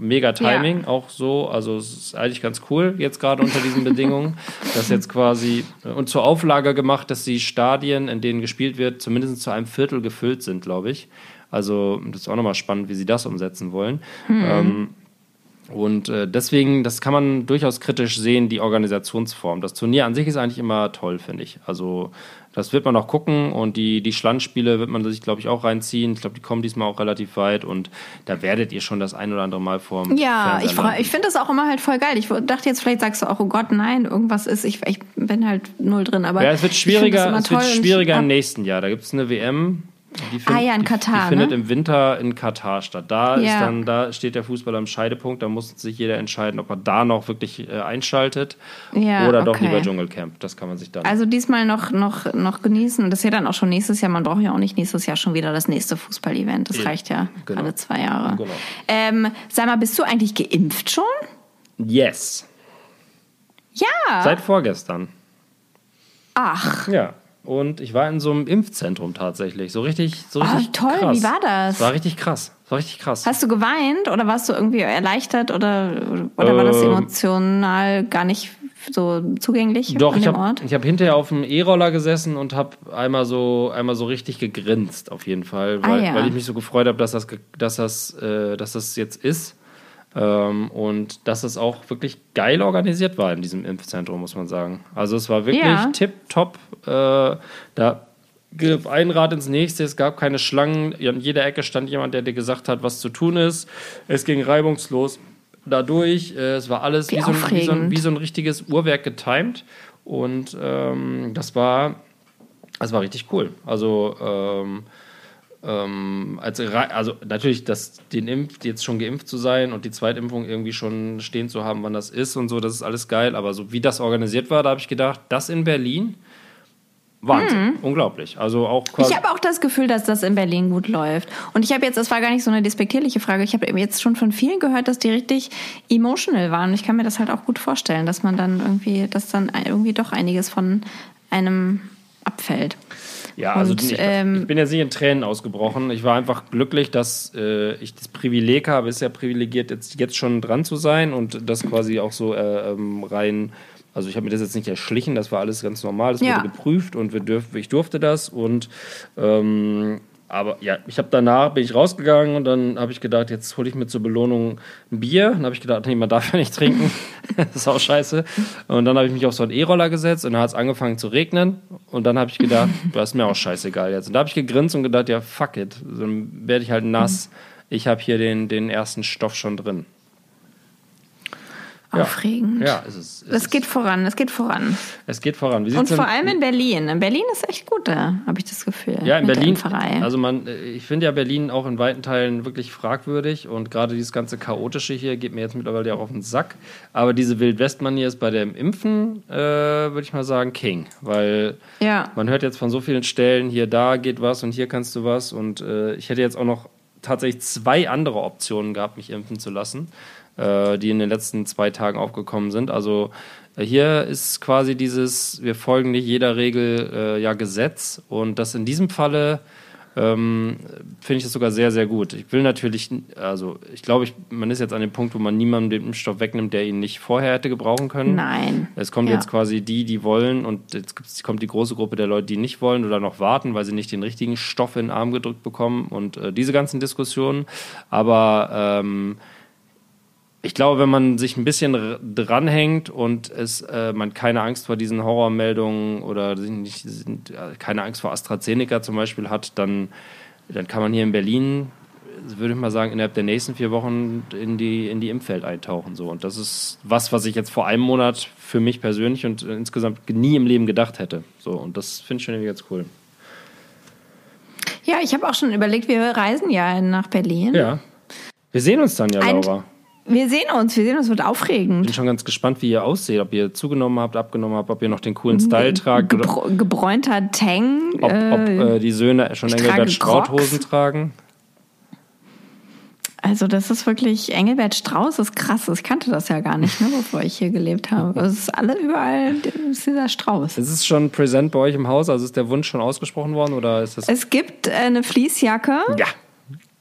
B: mega Timing, auch so. Also es ist eigentlich ganz cool, jetzt gerade unter diesen Bedingungen, dass jetzt quasi und zur Auflage gemacht, dass die Stadien, in denen gespielt wird, zumindest zu einem Viertel gefüllt sind, glaube ich. Also das ist auch nochmal spannend, wie sie das umsetzen wollen. Und deswegen, das kann man durchaus kritisch sehen, die Organisationsform. Das Turnier an sich ist eigentlich immer toll, finde ich. Also das wird man auch gucken und die Schlandspiele wird man sich, glaube ich, auch reinziehen. Ich glaube, die kommen diesmal auch relativ weit und da werdet ihr schon das ein oder andere Mal vorm Fernseher
A: ich finde das auch immer halt voll geil. Ich dachte jetzt, vielleicht sagst du auch, oh Gott, nein, irgendwas ist, ich bin halt null drin. Aber
B: ja, es wird schwieriger im nächsten Jahr. Da gibt es eine WM.
A: In Katar,
B: die findet im Winter in Katar statt. Da steht der Fußball am Scheidepunkt. Da muss sich jeder entscheiden, ob er da noch wirklich einschaltet oder doch lieber Dschungelcamp. Das kann man sich dann.
A: Also diesmal noch genießen. Und das ist ja dann auch schon nächstes Jahr. Man braucht ja auch nicht nächstes Jahr schon wieder das nächste Fußball-Event. Das reicht ja alle 2 Jahre. Genau. Sag mal, bist du eigentlich geimpft schon?
B: Yes.
A: Ja.
B: Seit vorgestern.
A: Ach.
B: Ja. Und ich war in so einem Impfzentrum tatsächlich. So richtig
A: toll,
B: krass.
A: Wie war das?
B: Es war richtig krass.
A: Hast du geweint oder warst du irgendwie erleichtert oder war das emotional gar nicht so zugänglich?
B: Doch, ich hab hinterher auf dem E-Roller gesessen und habe einmal so richtig gegrinst, auf jeden Fall, weil ich mich so gefreut habe, dass das jetzt ist. Und dass es auch wirklich geil organisiert war in diesem Impfzentrum, muss man sagen. Also es war wirklich tipptopp. Da griff ein Rad ins nächste, es gab keine Schlangen. An jeder Ecke stand jemand, der dir gesagt hat, was zu tun ist. Es ging reibungslos dadurch. Es war alles wie so ein richtiges Uhrwerk getimed. Und das war richtig cool. Also natürlich, jetzt schon geimpft zu sein und die Zweitimpfung irgendwie schon stehen zu haben, wann das ist und so, das ist alles geil. Aber so wie das organisiert war, da habe ich gedacht, das in Berlin, Wahnsinn, unglaublich. Also auch
A: ich habe auch das Gefühl, dass das in Berlin gut läuft. Und das war gar nicht so eine despektierliche Frage, ich habe jetzt schon von vielen gehört, dass die richtig emotional waren. Und ich kann mir das halt auch gut vorstellen, dass man dann irgendwie doch einiges von einem abfällt.
B: Ja, also ich bin jetzt nicht in Tränen ausgebrochen. Ich war einfach glücklich, dass ich das Privileg habe, ist ja privilegiert, jetzt schon dran zu sein und das quasi auch so rein. Also ich habe mir das jetzt nicht erschlichen, das war alles ganz normal, das wurde geprüft und ich durfte das und aber ja, bin ich rausgegangen und dann habe ich gedacht, jetzt hole ich mir zur Belohnung ein Bier. Dann habe ich gedacht, nee, man darf ja nicht trinken. Das ist auch scheiße. Und dann habe ich mich auf so einen E-Roller gesetzt und dann hat es angefangen zu regnen. Und dann habe ich gedacht, das ist mir auch scheißegal jetzt. Und da habe ich gegrinst und gedacht, ja, fuck it. Dann werde ich halt nass. Ich habe hier den ersten Stoff schon drin.
A: Aufregend.
B: Ja,
A: es geht voran.
B: Es geht voran.
A: Und vor allem in Berlin. In Berlin ist echt gut, habe ich das Gefühl.
B: Ja, in Berlin. Also ich finde ja Berlin auch in weiten Teilen wirklich fragwürdig und gerade dieses ganze Chaotische hier geht mir jetzt mittlerweile ja auch auf den Sack. Aber diese Wildwest-Manier ist bei dem Impfen, würde ich mal sagen, King. Weil man hört jetzt von so vielen Stellen, hier, da geht was und hier kannst du was. Und ich hätte jetzt auch noch tatsächlich 2 andere Optionen gehabt, mich impfen zu lassen, die in den letzten 2 Tagen aufgekommen sind. Also hier ist quasi wir folgen nicht jeder Regel Gesetz und das in diesem Falle finde ich das sogar sehr, sehr gut. Ich will natürlich, also ich glaube, man ist jetzt an dem Punkt, wo man niemandem den Impfstoff wegnimmt, der ihn nicht vorher hätte gebrauchen können.
A: Nein.
B: Es kommt jetzt quasi die wollen und jetzt kommt die große Gruppe der Leute, die nicht wollen oder noch warten, weil sie nicht den richtigen Stoff in den Arm gedrückt bekommen und diese ganzen Diskussionen. Aber ich glaube, wenn man sich ein bisschen dranhängt und man keine Angst vor diesen Horrormeldungen oder keine Angst vor AstraZeneca zum Beispiel hat, dann kann man hier in Berlin, würde ich mal sagen, innerhalb der nächsten 4 Wochen in die Impfwelt eintauchen. So. Und das ist was ich jetzt vor einem Monat für mich persönlich und insgesamt nie im Leben gedacht hätte. So. Und das finde ich schon irgendwie ganz cool.
A: Ja, ich habe auch schon überlegt, wir reisen ja nach Berlin.
B: Ja. Wir sehen uns dann ja, Laura.
A: Wir sehen uns, wird aufregend.
B: Ich bin schon ganz gespannt, wie ihr aussieht, ob ihr zugenommen habt, abgenommen habt, ob ihr noch den coolen Style tragt.
A: Gebräunter Tang.
B: Ob die Söhne schon Engelbert Strauß-Hosen tragen.
A: Also das ist wirklich, Engelbert Strauß ist krass. Ich kannte das ja gar nicht, bevor ich hier gelebt habe. Es ist überall ist dieser Strauß.
B: Ist es schon präsent bei euch im Haus? Also ist der Wunsch schon ausgesprochen worden? Oder ist das?
A: Es gibt eine Fließjacke.
B: Ja.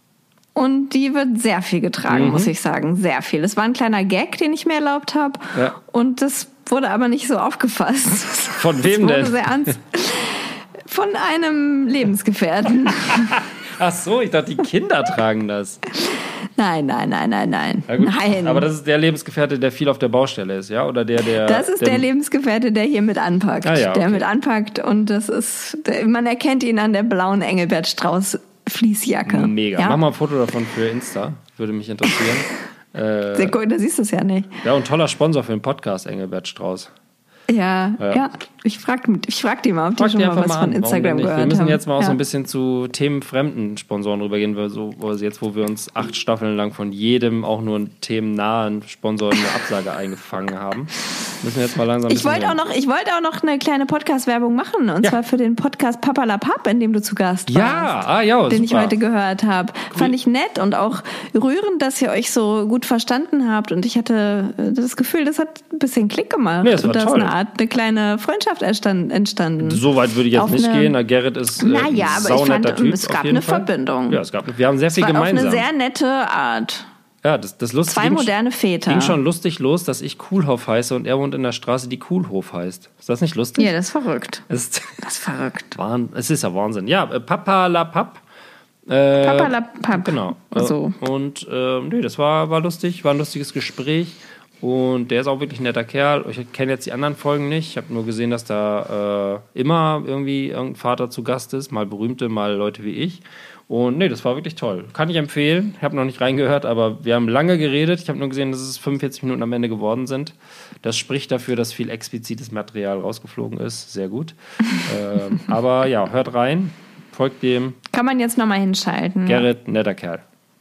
A: Und die wird sehr viel getragen, muss ich sagen. Sehr viel. Es war ein kleiner Gag, den ich mir erlaubt habe.
B: Ja.
A: Und das wurde aber nicht so aufgefasst.
B: Von wem
A: das wurde
B: denn?
A: Sehr ernst. Von einem Lebensgefährten.
B: Ach so, ich dachte, die Kinder tragen das.
A: Nein.
B: Ja, gut.
A: Nein.
B: Aber das ist der Lebensgefährte, der viel auf der Baustelle ist, ja? Oder der
A: Das ist der Lebensgefährte, der hier mit anpackt.
B: Ah, ja, okay.
A: Der mit anpackt und das ist, man erkennt ihn an der blauen Engelbert Strauß Fließjacke.
B: Mega.
A: Ja?
B: Mach mal ein Foto davon für Insta. Würde mich interessieren.
A: Sehr cool, da siehst du es ja nicht.
B: Ja, und toller Sponsor für den Podcast, Engelbert Strauß.
A: Ja. Ich frag die mal, ob die schon mal was von Instagram gehört haben.
B: Wir müssen jetzt mal auch so ein bisschen zu themenfremden Sponsoren rübergehen, wo wir uns 8 Staffeln lang von jedem auch nur einen themennahen Sponsor eine Absage eingefangen haben. Müssen wir jetzt mal langsam
A: Ich wollte auch noch eine kleine Podcast-Werbung machen, und zwar für den Podcast Papalapap, in dem du zu Gast warst. Den ich heute gehört habe. Cool. Fand ich nett und auch rührend, dass ihr euch so gut verstanden habt, und ich hatte das Gefühl, das hat ein bisschen Klick gemacht.
B: Nee, das war toll.
A: Eine kleine Freundschaft entstanden.
B: So weit würde ich jetzt nicht gehen. Gerrit ist
A: aber ich fand,
B: Typ,
A: es gab eine Verbindung.
B: Ja, wir haben sehr viel gemeinsam.
A: Auf eine sehr nette Art.
B: Ja, das Lustige.
A: 2 moderne Väter.
B: Ging schon lustig los, dass ich Kuhlhoff heiße und er wohnt in der Straße, die Kuhlhof heißt. Ist das nicht lustig?
A: Ja, das ist verrückt.
B: Das
A: ist verrückt.
B: Es ist ja Wahnsinn. Ja, Papalapap.
A: Papalapap.
B: Genau.
A: So.
B: Und das war lustig, war ein lustiges Gespräch. Und der ist auch wirklich ein netter Kerl. Ich kenne jetzt die anderen Folgen nicht. Ich habe nur gesehen, dass da immer irgendwie irgendein Vater zu Gast ist. Mal Berühmte, mal Leute wie ich. Und das war wirklich toll. Kann ich empfehlen. Ich habe noch nicht reingehört, aber wir haben lange geredet. Ich habe nur gesehen, dass es 45 Minuten am Ende geworden sind. Das spricht dafür, dass viel explizites Material rausgeflogen ist. Sehr gut. Aber ja, hört rein. Folgt dem.
A: Kann man jetzt nochmal hinschalten.
B: Gerrit, netter Kerl.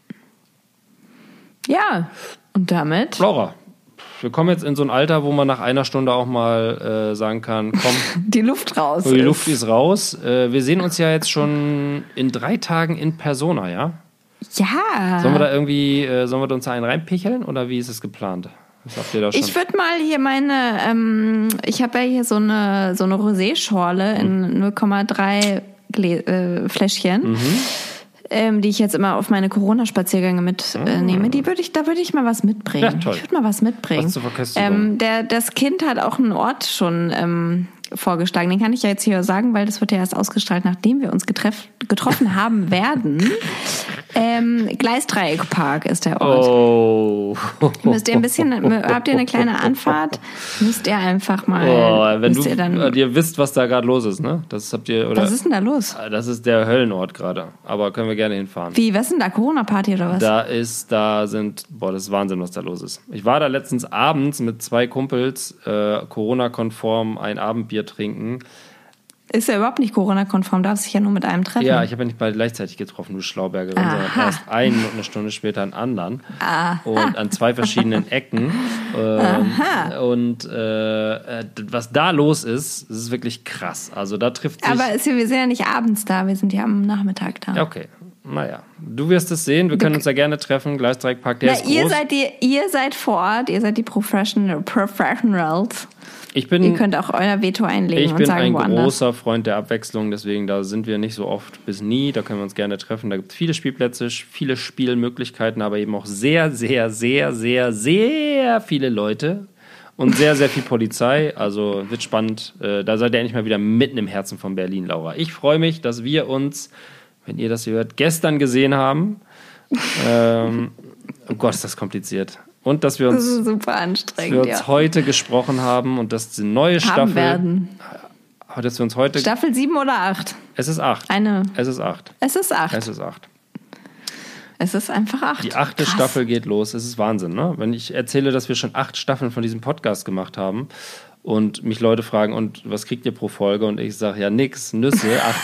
A: Ja, und damit?
B: Laura. Wir kommen jetzt in so ein Alter, wo man nach einer Stunde auch mal sagen kann, komm.
A: Die Luft raus.
B: Die Luft ist raus. Wir sehen uns ja jetzt schon in 3 Tagen in Persona, ja?
A: Ja.
B: Sollen wir uns da einen reinpicheln oder wie ist es geplant? Was habt ihr da schon?
A: Ich würde mal hier ich habe ja hier so eine Rosé-Schorle in 0,3 Fläschchen. Die ich jetzt immer auf meine Corona-Spaziergänge mitnehme, da würde ich mal was mitbringen.
B: Ja, toll.
A: Ich würde mal was mitbringen.
B: Was zur Verköstigung.
A: Das Kind hat auch einen Ort schon vorgeschlagen. Den kann ich ja jetzt hier sagen, weil das wird ja erst ausgestrahlt, nachdem wir uns getroffen haben werden. Gleisdreieckpark ist der Ort.
B: Oh.
A: Habt ihr eine kleine Anfahrt? Müsst ihr einfach mal.
B: Ihr wisst, was da gerade los ist, ne? Was ist
A: denn da los?
B: Das ist der Höllenort gerade. Aber können wir gerne hinfahren.
A: Wie, was ist denn da? Corona-Party oder was?
B: Das ist Wahnsinn, was da los ist. Ich war da letztens abends mit 2 Kumpels, Corona-konform ein Abendbier trinken.
A: Ist ja überhaupt nicht Corona-konform, darf sich ja nur mit einem treffen.
B: Ja, ich habe ja nicht beide gleichzeitig getroffen, du Schlaubergerin, sondern erst einen und eine Stunde später einen anderen. Und an 2 verschiedenen Ecken. Und was da los ist, das ist wirklich krass. Also da trifft sich...
A: Aber wir sind ja nicht abends da, wir sind ja am Nachmittag da.
B: Okay, naja. Du wirst es sehen, wir können uns da gerne treffen. Gleisdreieckpark, der ist groß.
A: Ihr seid vor Ort, ihr seid die Professionals. Ihr könnt auch euer Veto einlegen und sagen woanders.
B: Ich bin ein großer Freund der Abwechslung, deswegen da sind wir nicht so oft bis nie. Da können wir uns gerne treffen. Da gibt es viele Spielplätze, viele Spielmöglichkeiten, aber eben auch sehr, sehr, sehr, sehr, sehr viele Leute und sehr, sehr viel Polizei. Also wird spannend. Da seid ihr endlich mal wieder mitten im Herzen von Berlin, Laura. Ich freue mich, dass wir uns, wenn ihr das hier hört, gestern gesehen haben. Oh Gott, ist das kompliziert. Und dass wir uns,
A: das ist super anstrengend,
B: heute gesprochen haben und dass die neue Staffel
A: werden.
B: Dass wir uns heute
A: Staffel 7 oder 8?
B: Es ist 8. Es ist 8.
A: Es ist 8.
B: Es ist 8.
A: Es ist einfach 8.
B: Die 8. Staffel geht los. Es ist Wahnsinn, ne? Wenn ich erzähle, dass wir schon 8 Staffeln von diesem Podcast gemacht haben und mich Leute fragen, und was kriegt ihr pro Folge? Und ich sage, ja, nix, Nüsse.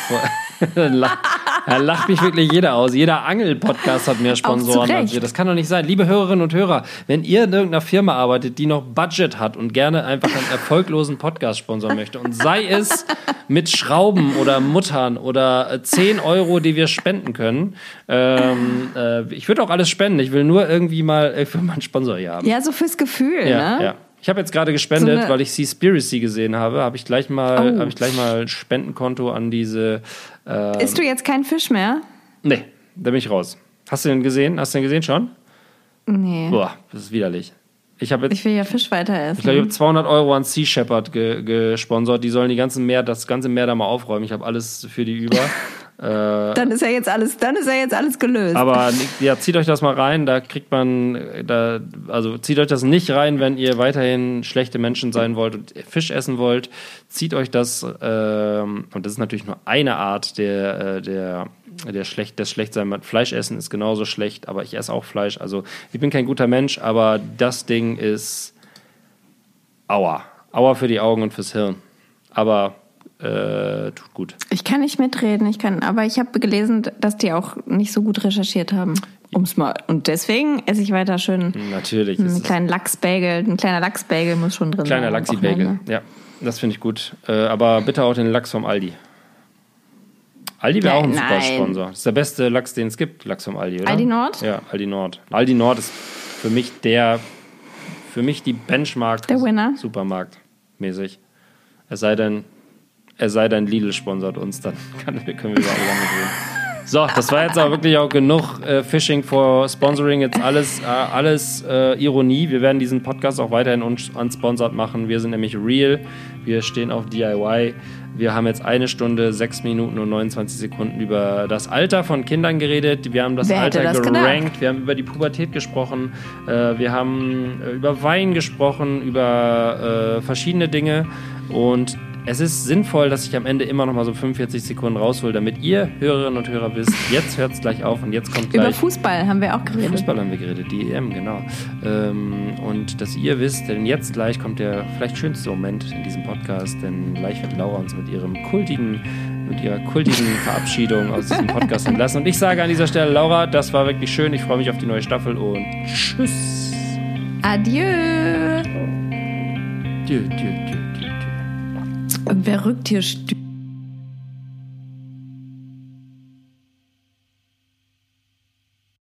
B: Da lacht mich wirklich jeder aus. Jeder Angel-Podcast hat mehr Sponsoren als wir. Das kann doch nicht sein. Liebe Hörerinnen und Hörer, wenn ihr in irgendeiner Firma arbeitet, die noch Budget hat und gerne einfach einen erfolglosen Podcast sponsern möchte, und sei es mit Schrauben oder Muttern oder 10 Euro, die wir spenden können. Ich würde auch alles spenden. Ich will nur irgendwie mal für meinen Sponsor hier haben.
A: Ja, so fürs Gefühl, ne?
B: Ja. Ich habe jetzt gerade gespendet, weil ich Seaspiracy gesehen habe. Habe ich gleich mal Spendenkonto an diese...
A: Isst du jetzt keinen Fisch mehr?
B: Nee, da bin ich raus. Hast du den gesehen? schon?
A: Nee.
B: Boah, das ist widerlich. Ich
A: will ja Fisch weiter essen.
B: Ich glaube, ich habe 200 € an Sea Shepherd gesponsert. Die sollen das ganze Meer da mal aufräumen. Ich habe alles für die über.
A: Dann ist ja jetzt alles gelöst.
B: Aber ja, zieht euch das mal rein. Da kriegt man, also zieht euch das nicht rein, wenn ihr weiterhin schlechte Menschen sein wollt und Fisch essen wollt. Zieht euch das, und das ist natürlich nur eine Art des Schlechtsein. Fleisch essen ist genauso schlecht, aber ich esse auch Fleisch. Also ich bin kein guter Mensch, aber das Ding ist Aua. Aua für die Augen und fürs Hirn. Aber tut gut.
A: Ich kann nicht mitreden, aber ich habe gelesen, dass die auch nicht so gut recherchiert haben. Und deswegen esse ich weiter schön.
B: Natürlich.
A: Einen kleinen Lachsbagel. Ein kleiner Lachsbagel muss schon drin sein.
B: Kleiner Lachsi-Bagel, ja. Das finde ich gut. Aber bitte auch den Lachs vom Aldi. Aldi wäre auch ein super Sponsor. Das ist der beste Lachs, den es gibt, Lachs vom Aldi, oder?
A: Aldi Nord?
B: Ja, Aldi Nord. Aldi Nord ist für mich die Benchmark.
A: Der Winner.
B: Supermarkt mäßig. Es sei denn, Lidl sponsert uns, dann können wir über alle reden. So, das war jetzt aber wirklich auch genug Fishing for Sponsoring. Jetzt alles Ironie. Wir werden diesen Podcast auch weiterhin unsponsored machen. Wir sind nämlich real. Wir stehen auf DIY. Wir haben jetzt 1 Stunde, 6 Minuten und 29 Sekunden über das Alter von Kindern geredet. Wir haben das Alter gerankt. Wir haben über die Pubertät gesprochen. Wir haben über Wein gesprochen, über verschiedene Dinge. Und es ist sinnvoll, dass ich am Ende immer noch mal so 45 Sekunden raushole, damit ihr Hörerinnen und Hörer wisst, jetzt hört es gleich auf und jetzt kommt gleich...
A: Über Fußball haben wir auch geredet.
B: Fußball haben wir geredet, die EM, genau. Und dass ihr wisst, denn jetzt gleich kommt der vielleicht schönste Moment in diesem Podcast, denn gleich wird Laura uns mit ihrer kultigen Verabschiedung aus diesem Podcast entlassen. Und ich sage an dieser Stelle, Laura, das war wirklich schön, ich freue mich auf die neue Staffel und tschüss.
A: Adieu.
B: Dieu.
A: Wer rückt hier